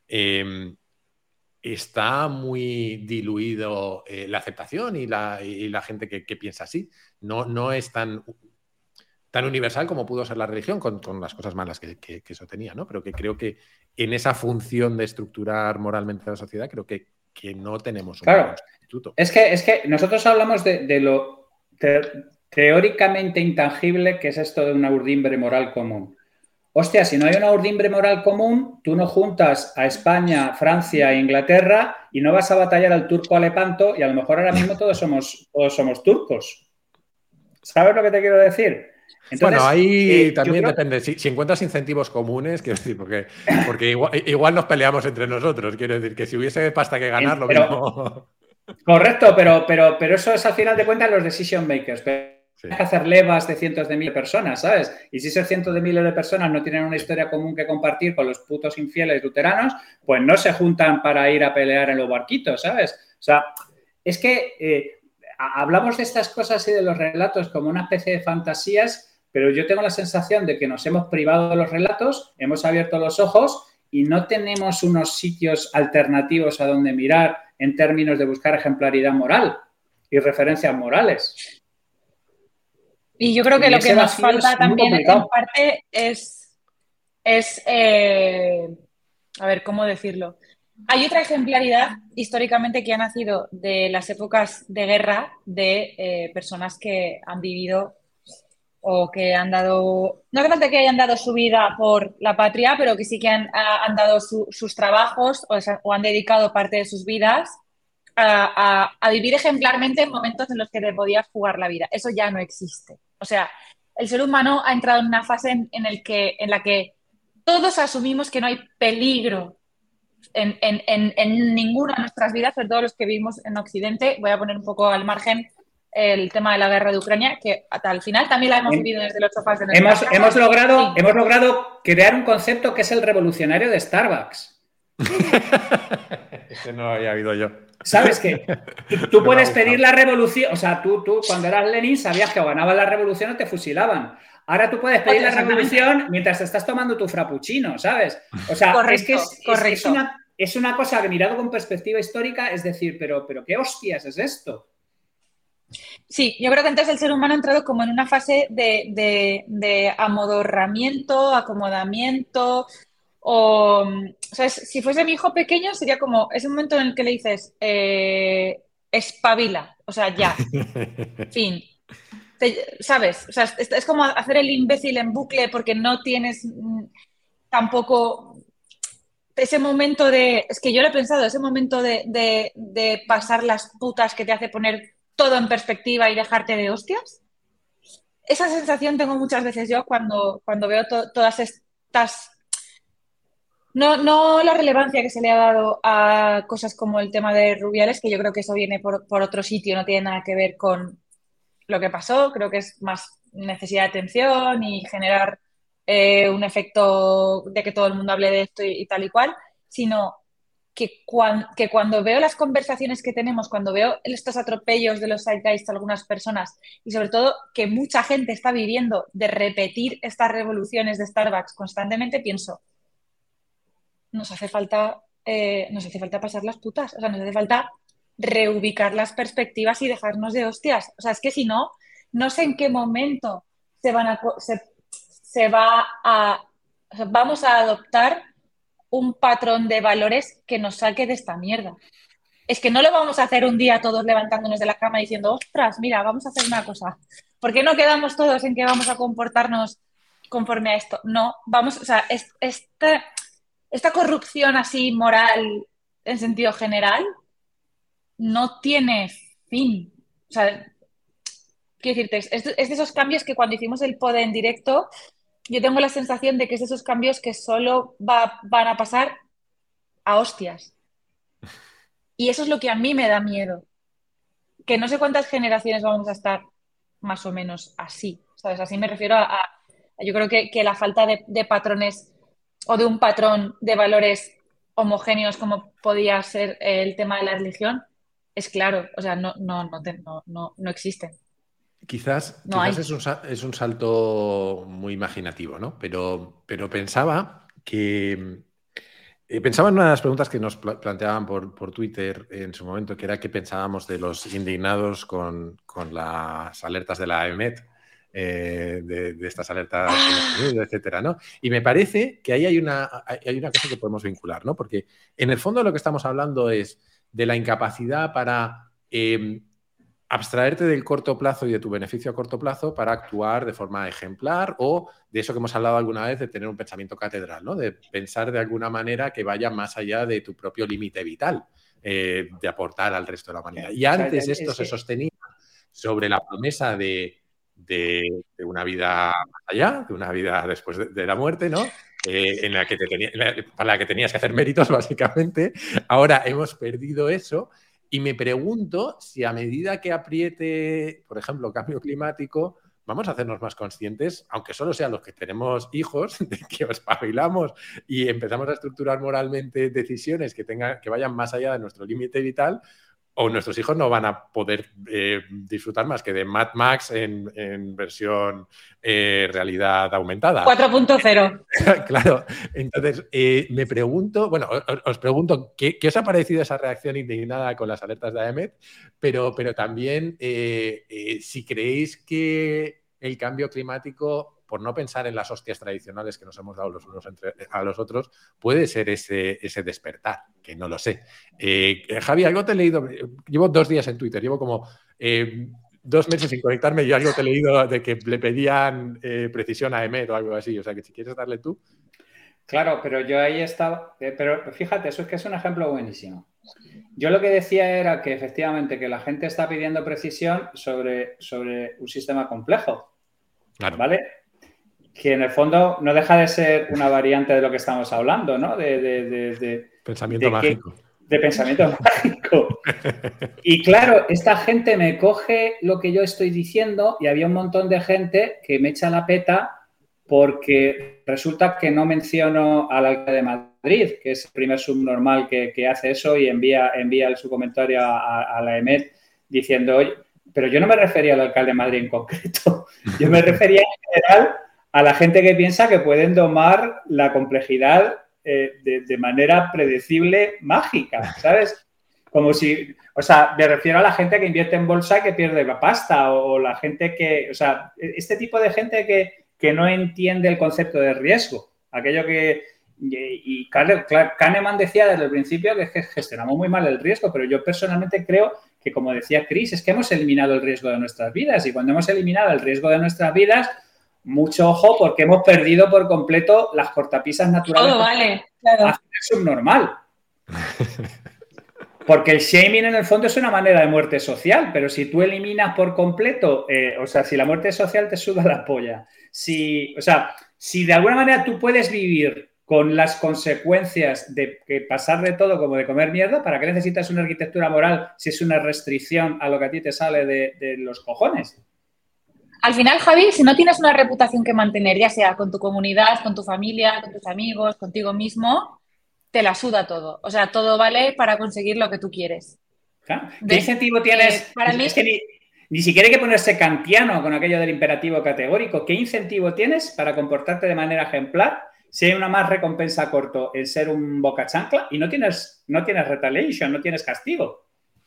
está muy diluido la aceptación y la gente que piensa así. No es tan universal como pudo ser la religión, con las cosas malas que eso tenía, ¿no? Pero que creo que en esa función de estructurar moralmente la sociedad, creo que no tenemos un Claro, sustituto. es que nosotros hablamos de lo teóricamente intangible que es esto de una urdimbre moral común. Hostia, si no hay una urdimbre moral común, tú no juntas a España, Francia e Inglaterra y no vas a batallar al turco Alepanto y a lo mejor ahora mismo todos somos turcos. ¿Sabes lo que te quiero decir? Entonces, bueno, ahí también creo... depende. Si encuentras incentivos comunes, quiero decir, porque igual nos peleamos entre nosotros. Quiero decir que si hubiese pasta que ganar, lo mismo. Correcto, pero eso es al final de cuentas los decision makers. Sí. Hay que hacer levas de cientos de miles de personas, ¿sabes? Y si esos cientos de miles de personas no tienen una historia común que compartir con los putos infieles luteranos, pues no se juntan para ir a pelear en los barquitos, ¿sabes? O sea, es que hablamos de estas cosas y de los relatos como una especie de fantasías, pero yo tengo la sensación de que nos hemos privado de los relatos, hemos abierto los ojos y no tenemos unos sitios alternativos a donde mirar en términos de buscar ejemplaridad moral y referencias morales. Y yo creo que lo que nos falta también en parte es a ver, ¿cómo decirlo? Hay otra ejemplaridad históricamente que ha nacido de las épocas de guerra de personas que han vivido o que han dado, no hace falta que hayan dado su vida por la patria, pero que sí que han dado sus trabajos o han dedicado parte de sus vidas a vivir ejemplarmente en momentos en los que te podías jugar la vida. Eso ya no existe. O sea, el ser humano ha entrado en una fase en la que todos asumimos que no hay peligro en ninguna de nuestras vidas, sobre todo los que vivimos en Occidente. Voy a poner un poco al margen el tema de la guerra de Ucrania, que hasta el final también la hemos vivido desde los sofás de nuestra casa. Hemos logrado crear un concepto que es el revolucionario de Starbucks. Ese no lo había oído yo. ¿Sabes qué? Tú puedes pedir la revolución, o sea, tú cuando eras Lenin sabías que o ganabas la revolución o te fusilaban. Ahora tú puedes pedir la revolución mientras te estás tomando tu frappuccino, ¿sabes? O sea, correcto, es una cosa que mirado con perspectiva histórica es decir, pero ¿qué hostias es esto? Sí, yo creo que entonces el ser humano ha entrado como en una fase de amodorramiento, acomodamiento, o sea, si fuese mi hijo pequeño sería como ese momento en el que le dices, espabila, o sea, ya, fin. ¿Sabes? O sea, es como hacer el imbécil en bucle porque no tienes tampoco ese momento es que yo lo he pensado, ese momento de pasar las putas que te hace poner todo en perspectiva y dejarte de hostias. Esa sensación tengo muchas veces yo cuando veo todas estas... No la relevancia que se le ha dado a cosas como el tema de Rubiales, que yo creo que eso viene por otro sitio, no tiene nada que ver con lo que pasó, creo que es más necesidad de atención y generar un efecto de que todo el mundo hable de esto y tal y cual, sino que cuando veo las conversaciones que tenemos, cuando veo estos atropellos de los zeitgeist a algunas personas y sobre todo que mucha gente está viviendo de repetir estas revoluciones de Starbucks constantemente, pienso, nos hace falta pasar las putas, o sea, nos hace falta reubicar las perspectivas y dejarnos de hostias. O sea, es que si no, no sé en qué momento vamos a adoptar un patrón de valores que nos saque de esta mierda. Es que no lo vamos a hacer un día todos levantándonos de la cama diciendo, ostras, mira, vamos a hacer una cosa. ¿Por qué no quedamos todos en que vamos a comportarnos conforme a esto? No, vamos, o sea, esta corrupción así moral en sentido general no tiene fin. O sea, quiero decirte, es de esos cambios que cuando hicimos el PODE en directo, yo tengo la sensación de que es de esos cambios que solo van a pasar a hostias. Y eso es lo que a mí me da miedo. Que no sé cuántas generaciones vamos a estar más o menos así, ¿sabes? Así me refiero yo creo que la falta de patrones o de un patrón de valores homogéneos como podía ser el tema de la religión, es claro, o sea, no existen. Quizás es un salto muy imaginativo, ¿no? Pero pensaba que Pensaba en una de las preguntas que nos planteaban por Twitter en su momento, que era qué pensábamos de los indignados con las alertas de la EMET, de estas alertas que hemos tenido, etcétera, ¿no? Y me parece que ahí hay una cosa que podemos vincular, ¿no? Porque en el fondo lo que estamos hablando es de la incapacidad para abstraerte del corto plazo y de tu beneficio a corto plazo para actuar de forma ejemplar o de eso que hemos hablado alguna vez de tener un pensamiento catedral, ¿no? De pensar de alguna manera que vaya más allá de tu propio límite vital, de aportar al resto de la humanidad. Y antes esto se sostenía sobre la promesa de una vida más allá, de una vida después de la muerte, ¿no? En la que para la que tenías que hacer méritos, básicamente. Ahora hemos perdido eso. Y me pregunto si a medida que apriete, por ejemplo, cambio climático, vamos a hacernos más conscientes, aunque solo sean los que tenemos hijos, de que espabilamos y empezamos a estructurar moralmente decisiones que vayan más allá de nuestro límite vital, o nuestros hijos no van a poder disfrutar más que de Mad Max en versión realidad aumentada. 4.0. Claro. Entonces, me pregunto, bueno, os pregunto, ¿qué os ha parecido esa reacción indignada con las alertas de AEMET? Pero también si creéis que el cambio climático, por no pensar en las hostias tradicionales que nos hemos dado los unos a los otros, puede ser ese despertar, que no lo sé. Javi, algo te he leído, llevo 2 días en Twitter, llevo como 2 meses sin conectarme y algo te he leído de que le pedían precisión a EMET o algo así, o sea que si quieres darle tú. Claro, pero yo ahí estaba, pero fíjate, eso es que es un ejemplo buenísimo. Yo lo que decía era que efectivamente que la gente está pidiendo precisión sobre un sistema complejo, Claro. ¿vale? Que en el fondo no deja de ser una variante de lo que estamos hablando, ¿no? De pensamiento mágico. De pensamiento mágico. Y claro, esta gente me coge lo que yo estoy diciendo y había un montón de gente que me echa la peta porque resulta que no menciono al alcalde de Madrid, que es el primer subnormal que hace eso y envía su comentario a la EMET diciendo, oye, pero yo no me refería al alcalde de Madrid en concreto, yo me refería en general a la gente que piensa que pueden domar la complejidad de manera predecible, mágica, ¿sabes? Como si, o sea, me refiero a la gente que invierte en bolsa y que pierde la pasta o la gente que, o sea, este tipo de gente que no entiende el concepto de riesgo. Aquello que, y Kahneman decía desde el principio que gestionamos muy mal el riesgo, pero yo personalmente creo que, como decía Chris, es que hemos eliminado el riesgo de nuestras vidas y cuando hemos eliminado el riesgo de nuestras vidas, mucho ojo porque hemos perdido por completo las cortapisas naturales. Todo vale, claro. Hacer es subnormal. Porque el shaming en el fondo es una manera de muerte social, pero si tú eliminas por completo, o sea, si la muerte social te suda la polla, si de alguna manera tú puedes vivir con las consecuencias de pasar de todo como de comer mierda, ¿para qué necesitas una arquitectura moral si es una restricción a lo que a ti te sale de los cojones? Al final, Javi, si no tienes una reputación que mantener, ya sea con tu comunidad, con tu familia, con tus amigos, contigo mismo, te la suda todo. O sea, todo vale para conseguir lo que tú quieres. ¿Claro? ¿Qué incentivo tienes? Para mí... Es que ni siquiera hay que ponerse kantiano con aquello del imperativo categórico. ¿Qué incentivo tienes para comportarte de manera ejemplar si hay una más recompensa a corto en ser un boca chancla y no tienes retaliation, no tienes castigo?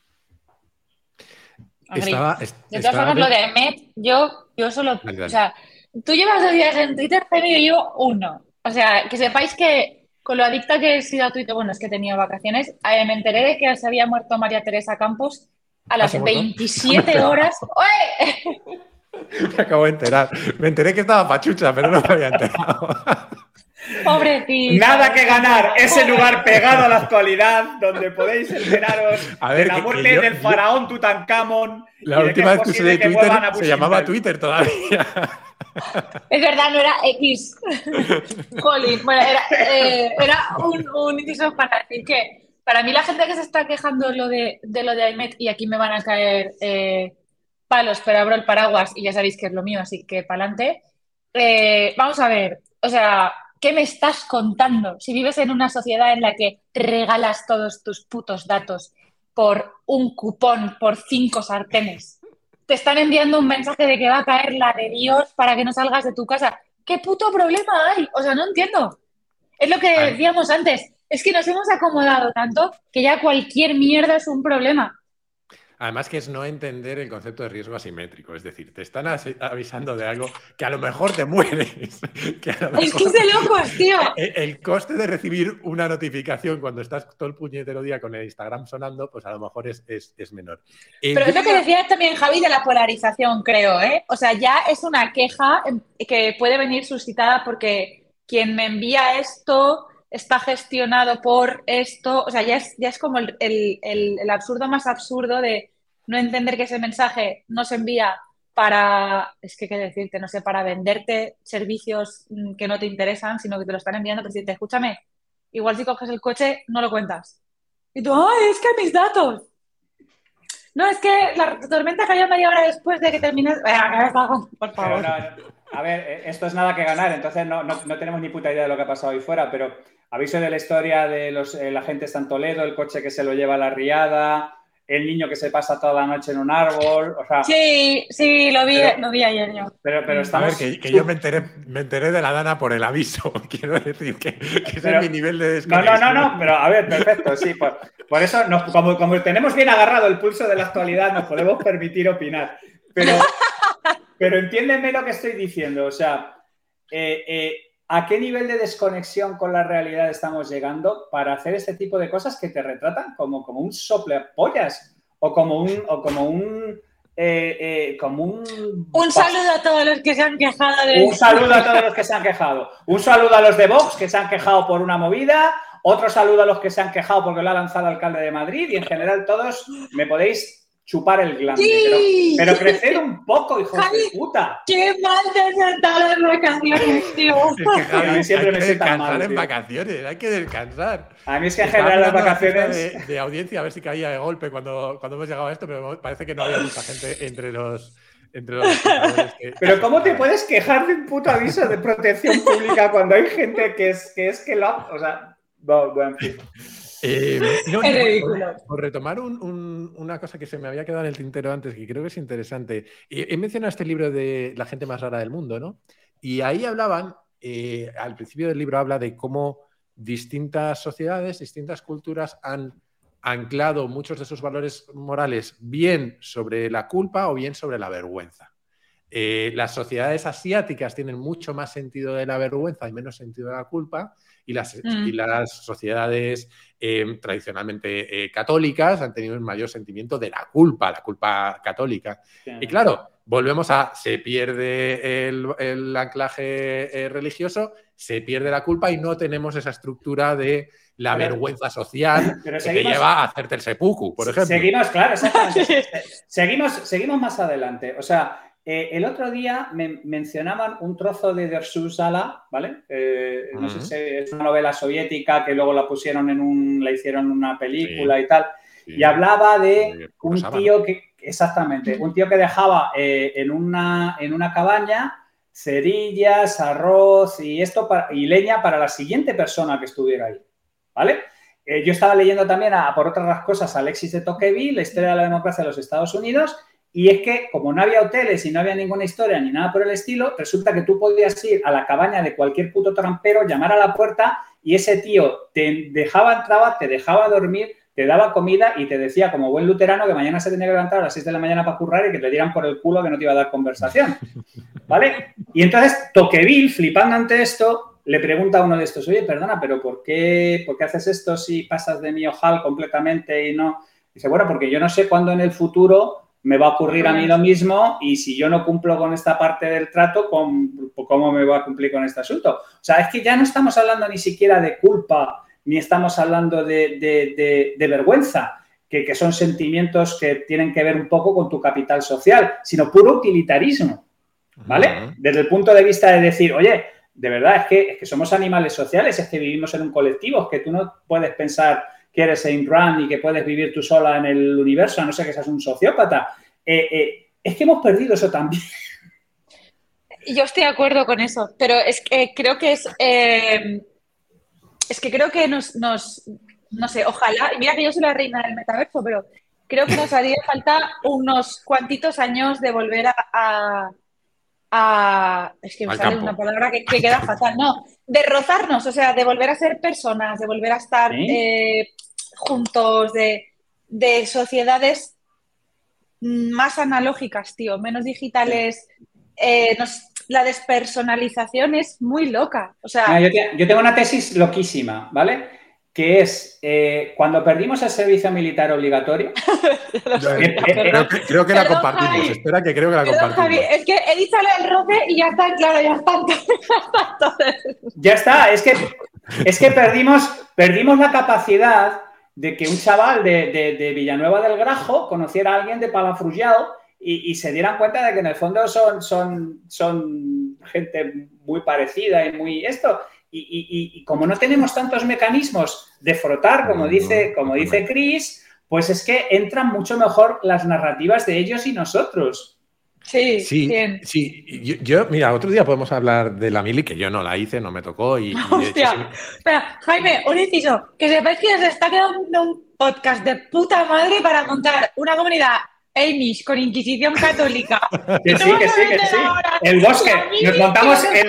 De todas formas, lo de AEMET, yo solo... Dale. O sea, tú llevas 2 días en Twitter, pero yo llevo 1. O sea, que sepáis que con lo adicta que he sido a Twitter, bueno, es que he tenido vacaciones, me enteré de que se había muerto María Teresa Campos a las 27 horas. ¡Oye! Me acabo de enterar. Me enteré que estaba pachucha, pero no me había enterado. Pobrecita. Nada que ganar. Ese lugar pegado a la actualidad donde podéis enteraros de la muerte del faraón Tutankamón. La última vez que usé de Twitter se llamaba Twitter todavía. Es verdad, no era X. Jolín. Bueno, era un inciso para decir que para mí la gente que se está quejando de lo de AEMET, y aquí me van a caer palos, pero abro el paraguas y ya sabéis que es lo mío, así que pa'lante. Vamos a ver, o sea, ¿qué me estás contando? Si vives en una sociedad en la que regalas todos tus putos datos por un cupón, por 5 sartenes, te están enviando un mensaje de que va a caer la de Dios para que no salgas de tu casa. ¿Qué puto problema hay? O sea, no entiendo. Es lo que decíamos antes. Es que nos hemos acomodado tanto que ya cualquier mierda es un problema. Además que es no entender el concepto de riesgo asimétrico, es decir, te están avisando de algo que a lo mejor te mueres, que a lo Es que mejor es de locos, tío. el coste de recibir una notificación cuando estás todo el puñetero día con el Instagram sonando, pues a lo mejor es menor. Pero es lo que decías también, Javi, de la polarización, creo, ¿eh? O sea, ya es una queja que puede venir suscitada porque quien me envía esto está gestionado por esto. O sea, ya es como el absurdo más absurdo de no entender que ese mensaje no se envía para, es que qué decirte, no sé, para venderte servicios que no te interesan, sino que te lo están enviando para decirte, escúchame, igual si coges el coche no lo cuentas. Y tú, ¡ay, es que mis datos! No, es que la tormenta cayó media hora después de que termines. Por favor. A ver, esto es nada que ganar, entonces no tenemos ni puta idea de lo que ha pasado ahí fuera, pero aviso de la historia de la gente está en Toledo, el coche que se lo lleva a la riada, el niño que se pasa toda la noche en un árbol, o sea... Sí, lo vi ayer yo. Pero estamos... A ver, que yo me enteré de la Dana por el aviso, quiero decir que ese es mi nivel de desconexión. No, pero a ver, perfecto, sí, por eso, como tenemos bien agarrado el pulso de la actualidad, nos podemos permitir opinar, pero entiéndeme lo que estoy diciendo, o sea, ¿a qué nivel de desconexión con la realidad estamos llegando para hacer este tipo de cosas que te retratan como un soplapollas o como un saludo a todos los que se han quejado Un saludo a todos los que se han quejado. Un saludo a los de Vox que se han quejado por una movida. Otro saludo a los que se han quejado porque lo ha lanzado el alcalde de Madrid. Y en general todos me podéis chupar el glande. Sí. Pero creced un poco, hijos de puta. ¡Qué mal te sentado las vacaciones, tío! Es que, Javi, a mí siempre me sienta descansar mal, en tío. vacaciones, hay que descansar. A mí es que en general las vacaciones... De audiencia, a ver si caía de golpe cuando hemos llegado a esto, pero parece que no había mucha gente entre los Pero ¿cómo te puedes quejar de un puto aviso de protección pública cuando hay gente que lo... O sea, bueno, en fin. Es ridículo. Por retomar una cosa que se me había quedado en el tintero antes, que creo que es interesante. He mencionado este libro de La gente más rara del mundo, ¿no? Y ahí hablaban, al principio del libro habla de cómo distintas sociedades, distintas culturas han anclado muchos de sus valores morales bien sobre la culpa o bien sobre la vergüenza. Las sociedades asiáticas tienen mucho más sentido de la vergüenza y menos sentido de la culpa, y las sociedades tradicionalmente católicas han tenido un mayor sentimiento de la culpa católica. Sí. Y claro, volvemos a se pierde el anclaje religioso, se pierde la culpa y no tenemos esa estructura de la vergüenza social que te lleva a hacerte el seppuku, por ejemplo. Seguimos, claro, exactamente. seguimos más adelante. O sea, el otro día me mencionaban un trozo de Dersu Sala, ¿vale? No sé si es una novela soviética que luego la hicieron una película y tal. Sí. Y hablaba de un tío que, exactamente, un tío que dejaba en una cabaña cerillas, arroz y leña para la siguiente persona que estuviera ahí, ¿vale? Yo estaba leyendo también, por otras cosas, a Alexis de Tocqueville, la historia de la democracia de los Estados Unidos. Y es que, como no había hoteles y no había ninguna historia ni nada por el estilo, resulta que tú podías ir a la cabaña de cualquier puto trampero, llamar a la puerta y ese tío te entraba, te dejaba dormir, te daba comida y te decía, como buen luterano, que mañana se tenía que levantar a las 6 de la mañana para currar y que te dieran por el culo que no te iba a dar conversación, ¿vale? Y entonces Tocqueville, flipando ante esto, le pregunta a uno de estos, oye, perdona, pero ¿por qué haces esto si pasas de mi ojal completamente y no...? Dice, bueno, porque yo no sé cuándo en el futuro me va a ocurrir a mí lo mismo y si yo no cumplo con esta parte del trato, ¿cómo me va a cumplir con este asunto? O sea, es que ya no estamos hablando ni siquiera de culpa, ni estamos hablando de vergüenza, que son sentimientos que tienen que ver un poco con tu capital social, sino puro utilitarismo, ¿vale? Desde el punto de vista de decir, oye, de verdad, es que somos animales sociales, es que vivimos en un colectivo, es que tú no puedes pensar que eres Ayn Rand y que puedes vivir tú sola en el universo, a no ser que seas un sociópata. Es que hemos perdido eso también. Yo estoy de acuerdo con eso, pero es que creo que creo que nos no sé, ojalá, mira que yo soy la reina del metaverso, pero creo que nos haría falta unos cuantitos años de volver a Es que me Al sale campo. una palabra que queda fatal, no, de rozarnos, o sea, de volver a ser personas, de volver a estar ¿Sí? juntos, de sociedades más analógicas, tío, menos Sí. digitales. La despersonalización es muy loca, o Mira, sea, yo tengo una tesis loquísima, ¿vale? Que es, cuando perdimos el servicio militar obligatorio, lo sabía, perdón. Creo que la Perdón, compartimos. Javi. Espera, que creo que la Perdón, Javi, compartimos. es que he dicho lo del roce y ya está, claro, ya está. ya está, es que perdimos la capacidad de que un chaval de Villanueva del Grajo conociera a alguien de Palafrugell y se dieran cuenta de que en el fondo son gente muy parecida y muy esto. Y como no tenemos tantos mecanismos de frotar, como dice Totalmente. Chris, pues es que entran mucho mejor las narrativas de ellos y nosotros. Sí, Sí, 100. sí. Mira, otro día podemos hablar de la mili, que yo no la hice, no me tocó, y de hecho sí. Hostia, espera, Jaime, un inciso, que sepáis que os está quedando un podcast de puta madre para montar una comunidad Amish con Inquisición Católica. Y Que tú sí, vas que a sí, que meter sí. ahora El bosque. la mili y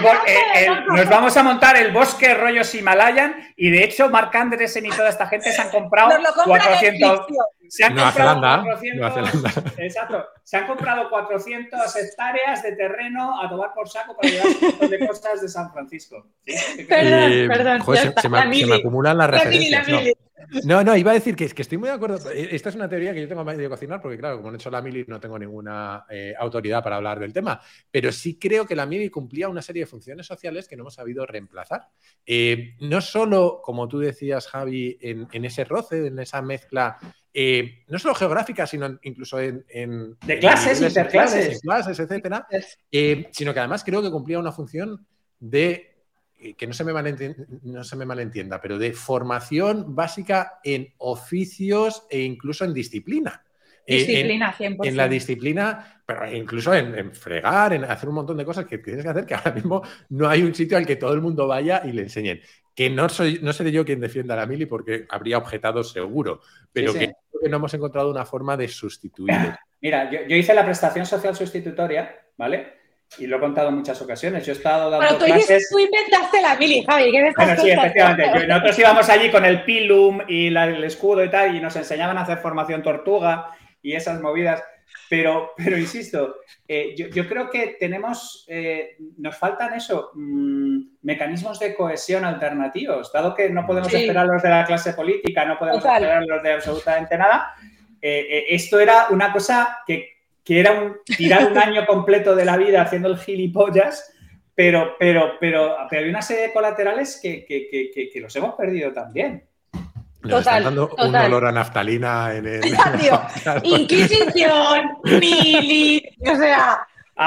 Nos vamos a montar el bosque rollos Himalayan y de hecho Marc Andresen y toda esta gente se han comprado Nos lo compra 400. Netflix, tío. Se han Nueva comprado Zelanda, 400. Nueva Zelanda. Exacto. Se han comprado 400 hectáreas de terreno a tomar por saco para llevar un montón de cosas de San Francisco. ¿Sí? Perdón, Joder, ya está. se La me mili. acumulan las La mili, la referencias. No. mili. No, iba a decir que estoy muy de acuerdo. Esta es una teoría que yo tengo medio de cocinar, porque claro, como no he hecho la mili, no tengo ninguna autoridad para hablar del tema. Pero sí creo que la mili cumplía una serie de funciones sociales que no hemos sabido reemplazar. No solo, como tú decías, Javi, en ese roce, en esa mezcla, no solo geográfica, sino incluso de en clases, niveles sociales, en interclases. clases, etcétera, sino que además creo que cumplía una función de que no se me malentienda, pero de formación básica en oficios e incluso en disciplina. Disciplina, 100%. En la disciplina, pero incluso en fregar, en hacer un montón de cosas que tienes que hacer, que ahora mismo no hay un sitio al que todo el mundo vaya y le enseñen. Que no seré yo quien defienda a la mili porque habría objetado seguro, pero Sí. que creo que no hemos encontrado una forma de sustituir. Mira, yo hice la prestación social sustitutoria, ¿vale? Y lo he contado en muchas ocasiones. Yo he estado dando clases. Tú inventaste la mili, Javi. ¿Qué me estás Bueno, sí, contando? efectivamente. Nosotros íbamos allí con el pilum y el escudo y tal, y nos enseñaban a hacer formación tortuga y esas movidas. Pero insisto, yo creo que nos faltan eso, mecanismos de cohesión alternativos. Dado que no podemos esperar los de la clase política, no podemos esperar los de absolutamente nada, esto era una cosa que era tirar un año completo de la vida haciendo el gilipollas, pero hay una serie de colaterales que los hemos perdido también. Nos están dando un olor a naftalina en el... Tío, Inquisición, mili, o sea...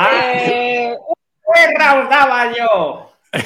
¡Qué raudaba yo!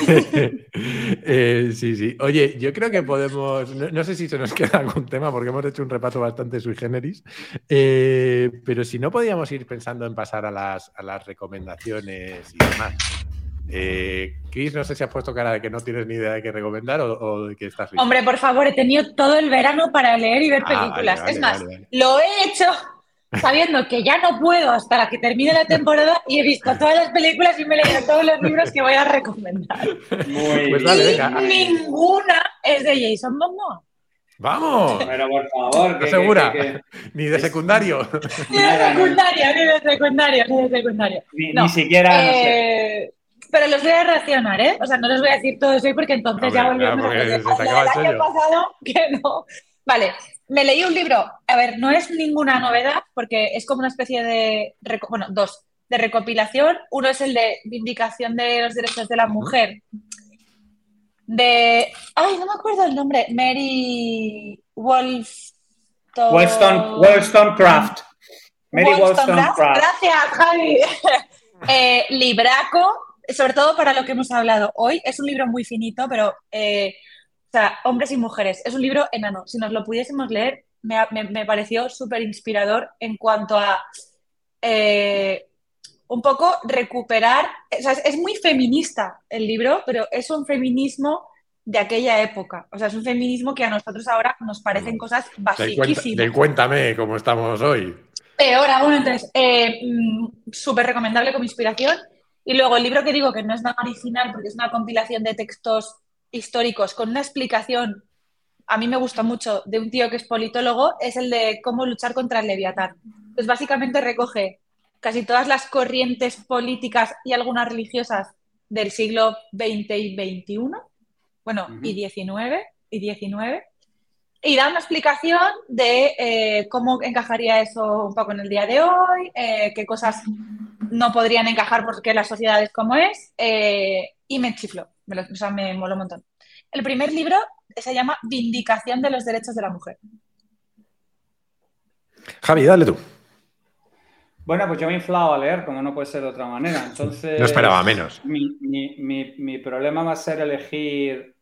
Sí. Oye, yo creo que podemos... No sé si se nos queda algún tema porque hemos hecho un repaso bastante sui generis, pero si no podíamos ir pensando en pasar a las recomendaciones y demás. Chris, no sé si has puesto cara de que no tienes ni idea de qué recomendar o de que estás listo. Hombre, por favor, he tenido todo el verano para leer y ver películas. Vale, es más, lo he hecho sabiendo que ya no puedo hasta la que termine la temporada y he visto todas las películas y me he leído todos los libros que voy a recomendar. Pues dale, venga. Ninguna es de Jason Momoa. ¡Vamos! Pero por favor. ¿Estás segura? Ni de secundario. Ni de secundario. Ni siquiera, no sé. Pero los voy a reaccionar, ¿eh? O sea, no les voy a decir todo hoy porque entonces ya volvemos a decir el año pasado que no. Vale, me leí un libro. A ver, no es ninguna novedad porque es como una especie de... Bueno, dos. De recopilación. Uno es el de Vindicación de los Derechos de la Mujer. Ay, no me acuerdo el nombre. Mary Wollstonecraft. Mary Wollstonecraft. Gracias, Javi. Libraco, sobre todo para lo que hemos hablado hoy. Es un libro muy finito, pero o sea, hombres y mujeres. Es un libro enano. Si nos lo pudiésemos leer, me pareció súper inspirador en cuanto a un poco recuperar. O sea, es muy feminista el libro, pero es un feminismo de aquella época. O sea, es un feminismo que a nosotros ahora nos parecen cosas basiquísimas. Del cuéntame cómo estemos hoy. Peor aún, entonces, súper recomendable como inspiración. Y luego el libro que digo que no es nada original porque es una compilación de textos históricos con una explicación, a mí me gusta mucho, de un tío que es politólogo, es el de cómo luchar contra el Leviatán. Pues básicamente recoge casi todas las corrientes políticas y algunas religiosas del siglo XX y XXI, bueno, y XIX, y da una explicación de cómo encajaría eso un poco en el día de hoy, qué cosas no podrían encajar porque la sociedad es como es, y me chifló, o sea, me moló un montón. El primer libro se llama Vindicación de los Derechos de la Mujer. Javi, dale tú. Bueno, pues yo me he inflado a leer, como no puede ser de otra manera. Entonces, No esperaba menos. Mi problema va a ser elegir.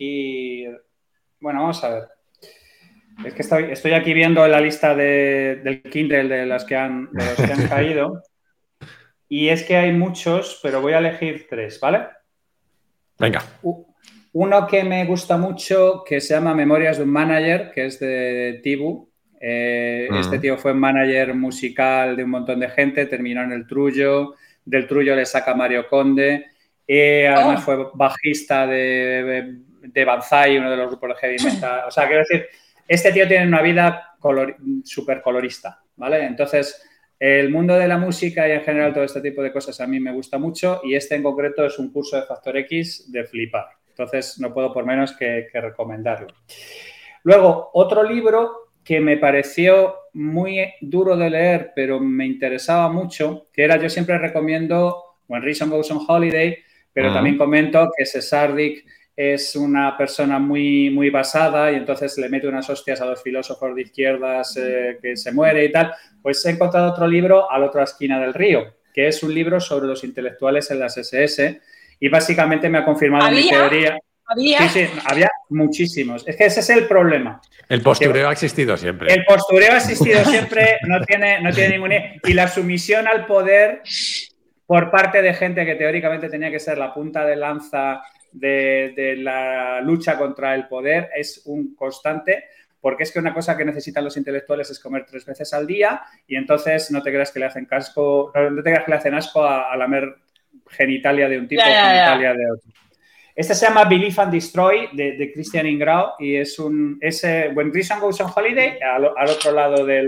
Bueno, vamos a ver. Es que estoy aquí viendo la lista del Kindle de los que han caído. Y es que hay muchos, pero voy a elegir 3, ¿vale? Venga. Uno que me gusta mucho, que se llama Memorias de un Manager, que es de Tibu. Este tío fue manager musical de un montón de gente, terminó en el Trullo, del Trullo le saca Mario Conde, además fue bajista de Banzai, uno de los grupos de heavy metal. O sea, quiero decir, este tío tiene una vida súper colorista, ¿vale? Entonces, el mundo de la música y en general todo este tipo de cosas a mí me gusta mucho y este en concreto es un curso de Factor X de flipar. Entonces, no puedo por menos que recomendarlo. Luego, otro libro que me pareció muy duro de leer, pero me interesaba mucho, que era, yo siempre recomiendo When Reason Goes on Holiday, pero también comento que Sesardic es una persona muy, muy basada y entonces le mete unas hostias a los filósofos de izquierdas que se muere y tal. Pues he encontrado otro libro a la otra esquina del río, que es un libro sobre los intelectuales en las SS y básicamente me ha confirmado mi teoría. Sí, había muchísimos. Es que ese es el problema. El postureo ha existido siempre. El postureo ha existido siempre, no tiene ningún... Y la sumisión al poder por parte de gente que teóricamente tenía que ser la punta de lanza de la lucha contra el poder es un constante, porque es que una cosa que necesitan los intelectuales es comer 3 veces al día y entonces no te creas que le hacen asco a lamer genitalia de un tipo, genitalia de otro. Este se llama Believe and Destroy de Christian Ingrao y es When Reason Goes on Holiday al otro lado de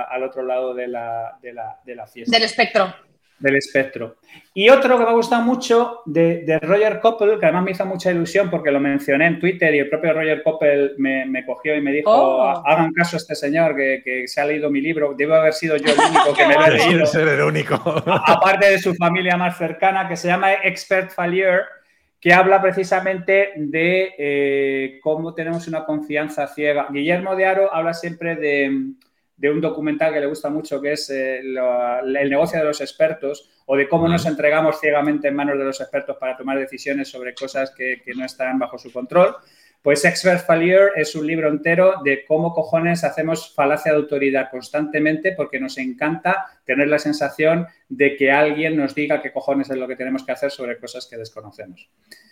la fiesta. Del espectro. Del espectro. Y otro que me ha gustado mucho de Roger Coppel, que además me hizo mucha ilusión porque lo mencioné en Twitter y el propio Roger Coppel me cogió y me dijo hagan caso a este señor que se ha leído mi libro, debo haber sido yo el único que me lo he leído. Ser el único. Aparte de su familia más cercana, que se llama Expert Failure, que habla precisamente de cómo tenemos una confianza ciega. Guillermo de Haro habla siempre de un documental que le gusta mucho, que es el negocio de los expertos, o de cómo nos entregamos ciegamente en manos de los expertos para tomar decisiones sobre cosas que no están bajo su control. Pues Expert Failure es un libro entero de cómo cojones hacemos falacia de autoridad constantemente porque nos encanta tener la sensación de que alguien nos diga qué cojones es lo que tenemos que hacer sobre cosas que desconocemos.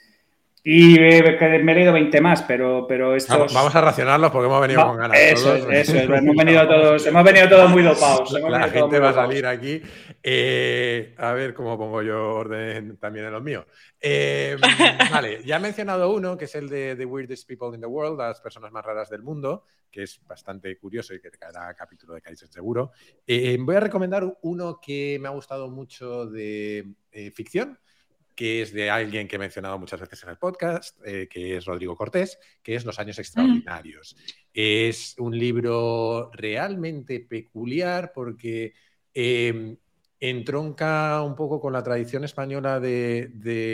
Y me he leído 20 más, pero estos... Vamos a racionarlos porque hemos venido con ganas. Eso es. Hemos venido todos muy dopados. La gente va a salir aquí. A ver cómo pongo yo orden también en los míos. Vale, ya he mencionado uno, que es el de The Weirdest People in the World, las personas más raras del mundo, que es bastante curioso y que cada capítulo de Kaizen seguro. Voy a recomendar uno que me ha gustado mucho de ficción, que es de alguien que he mencionado muchas veces en el podcast, que es Rodrigo Cortés, que es Los años extraordinarios. Es un libro realmente peculiar porque entronca un poco con la tradición española de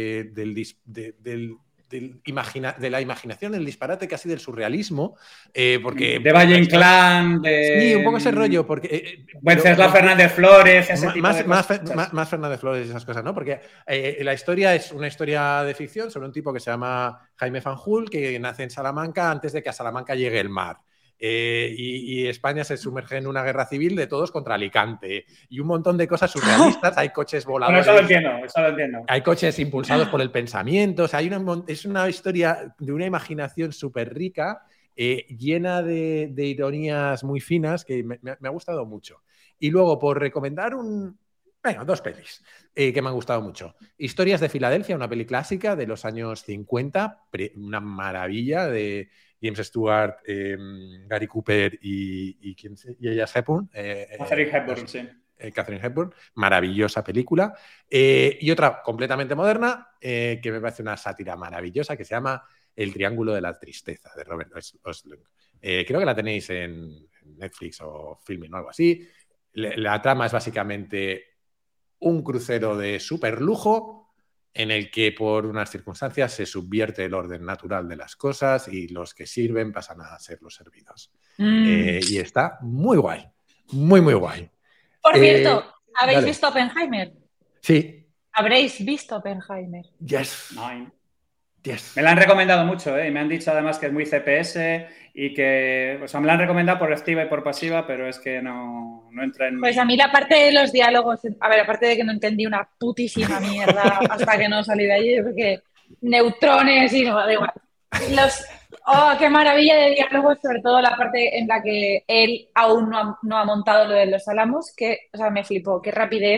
la imaginación, el disparate casi del surrealismo. Porque de Valle Inclán, sí, un poco ese rollo. Porque Wenceslao Fernández Flores, ese tipo de cosas. Más Fernández Flores y esas cosas, ¿no? Porque la historia es una historia de ficción sobre un tipo que se llama Jaime Fanjul, que nace en Salamanca antes de que a Salamanca llegue el mar. Y España se sumerge en una guerra civil de todos contra Alicante y un montón de cosas surrealistas. Hay coches voladores. Bueno, eso lo entiendo. Hay coches impulsados por el pensamiento. O sea, es una historia de una imaginación súper rica, llena de ironías muy finas que me ha gustado mucho. Y luego, por recomendar Venga, 2 pelis que me han gustado mucho. Historias de Filadelfia, una peli clásica de los años 50, una maravilla de James Stewart, Gary Cooper y ella Hepburn. Catherine Hepburn, sí. Catherine Hepburn, maravillosa película. Y otra completamente moderna, que me parece una sátira maravillosa, que se llama El Triángulo de la Tristeza, de Robert Ostlund. Creo que la tenéis en Netflix o Filmin o algo así. La trama es básicamente un crucero de súper lujo en el que por unas circunstancias se subvierte el orden natural de las cosas y los que sirven pasan a ser los servidos. Y está muy guay, muy, muy guay. Por cierto, ¿habéis visto Oppenheimer? Sí. ¿Habréis visto Oppenheimer? Yes. Yes. Me la han recomendado mucho, y me han dicho además que es muy CPS y que, o sea, me la han recomendado por activa y por pasiva, pero es que no entra en... Pues a mí la parte de los diálogos, a ver, aparte de que no entendí una putísima mierda hasta que no salí de allí, porque neutrones y no, da igual. ¡Qué maravilla de diálogos! Sobre todo la parte en la que él aún no ha montado lo de los Álamos, que, o sea, me flipó, qué rapidez,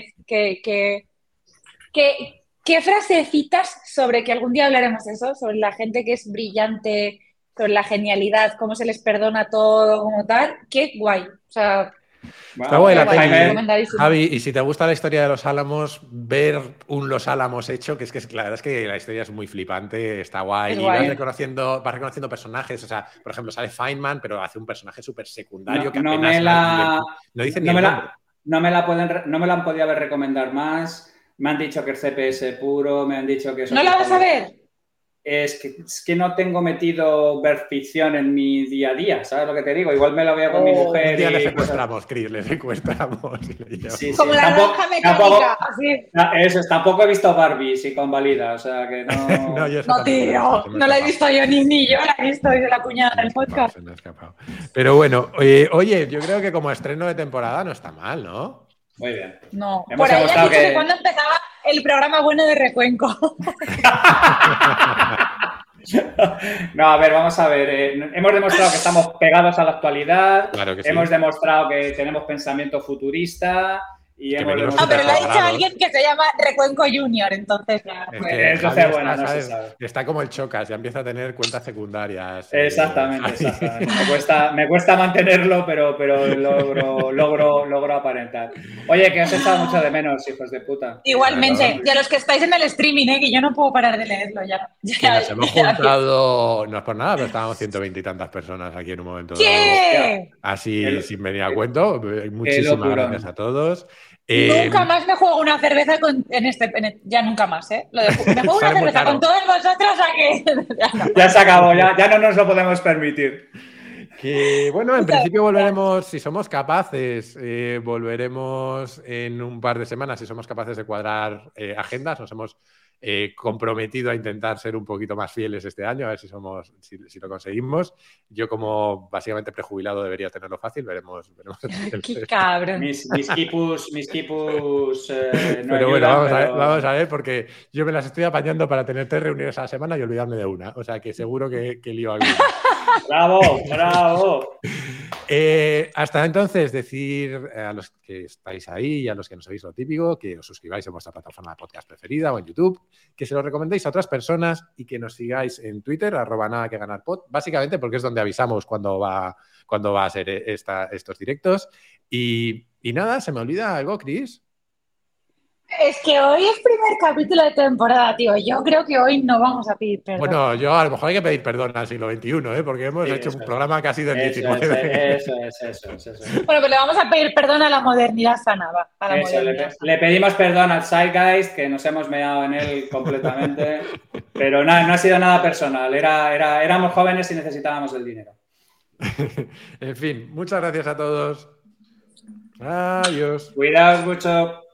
qué frasecitas sobre que algún día hablaremos de eso, sobre la gente que es brillante, sobre la genialidad, cómo se les perdona todo, como tal. Qué guay. O sea, está guay la peli, Javi, y si te gusta la historia de los Álamos, ver un Los Álamos hecho, que la verdad es que la historia es muy flipante, está guay, y vas reconociendo personajes, o sea, por ejemplo, sale Feynman, pero hace un personaje súper secundario que apenas no dice ni el nombre. No me la han podido recomendar más. Me han dicho que es CPS puro, me han dicho que... ¿No la vas a ver? Es que no tengo metido ver ficción en mi día a día, ¿sabes lo que te digo? Igual me la veo con mi mujer. Un día le secuestramos, Chris, le secuestramos. Sí, como la naranja mecánica, así. Eso es, tampoco he visto Barbie, sí, con valida, o sea que no... no, tío, no la he visto yo ni yo la he visto desde la cuñada del podcast. Se me ha escapado. Pero bueno, oye, yo creo que como estreno de temporada no está mal, ¿no? Muy bien. No, por ahí has dicho que cuando empezaba el programa bueno de Recuenco. No, a ver, vamos a ver. Hemos demostrado que estamos pegados a la actualidad. Claro que sí. Hemos demostrado que tenemos pensamiento futurista. Y hemos demostrado... pero lo ha dicho alguien que se llama Recuenco Junior, entonces ya. Entonces, bueno, no se sabe. Está como el Chocas, ya empieza a tener cuentas secundarias. Exactamente. Me cuesta mantenerlo, pero logro aparentar. Oye, que os he echado mucho de menos, hijos de puta. Igualmente, y a los que estáis en el streaming, que yo no puedo parar de leerlo ya. Que nos hemos juntado, no es por nada, pero estábamos 120 y tantas personas aquí en un momento dado. ¿Qué? Así, sin venir a cuento. Muchísimas gracias a todos. Nunca más me juego una cerveza ya nunca más, ¿eh? Me juego una cerveza con todos vosotros a que... Ya se acabó, ya no nos lo podemos permitir. Que bueno, en principio volveremos, si somos capaces, volveremos en un par de semanas, si somos capaces de cuadrar agendas. Nos hemos comprometido a intentar ser un poquito más fieles este año, a ver si lo conseguimos. Yo, como básicamente prejubilado, debería tenerlo fácil, veremos. ¡Qué cabrón! Mis quipus no pero bueno, ayudan, vamos a ver, porque yo me las estoy apañando para tener 3 reuniones a la semana y olvidarme de una. O sea que seguro que lío alguna. ¡Bravo! Hasta entonces, decir a los que estáis ahí y a los que no sabéis lo típico, que os suscribáis en vuestra plataforma de podcast preferida o en YouTube, que se lo recomendéis a otras personas y que nos sigáis en Twitter, @nadaqueganarpod, básicamente porque es donde avisamos cuando va a ser estos directos. Y nada, ¿se me olvida algo, Chris? Es que hoy es primer capítulo de temporada, tío. Yo creo que hoy no vamos a pedir perdón. Bueno, a lo mejor hay que pedir perdón al siglo XXI, porque hemos hecho un programa casi del 19. Eso. Bueno, pues le vamos a pedir perdón a la modernidad sana, Le pedimos perdón al Zeitgeist, que nos hemos meado en él completamente, pero no ha sido nada personal. Éramos jóvenes y necesitábamos el dinero. En fin, muchas gracias a todos. Adiós. Cuidaos mucho.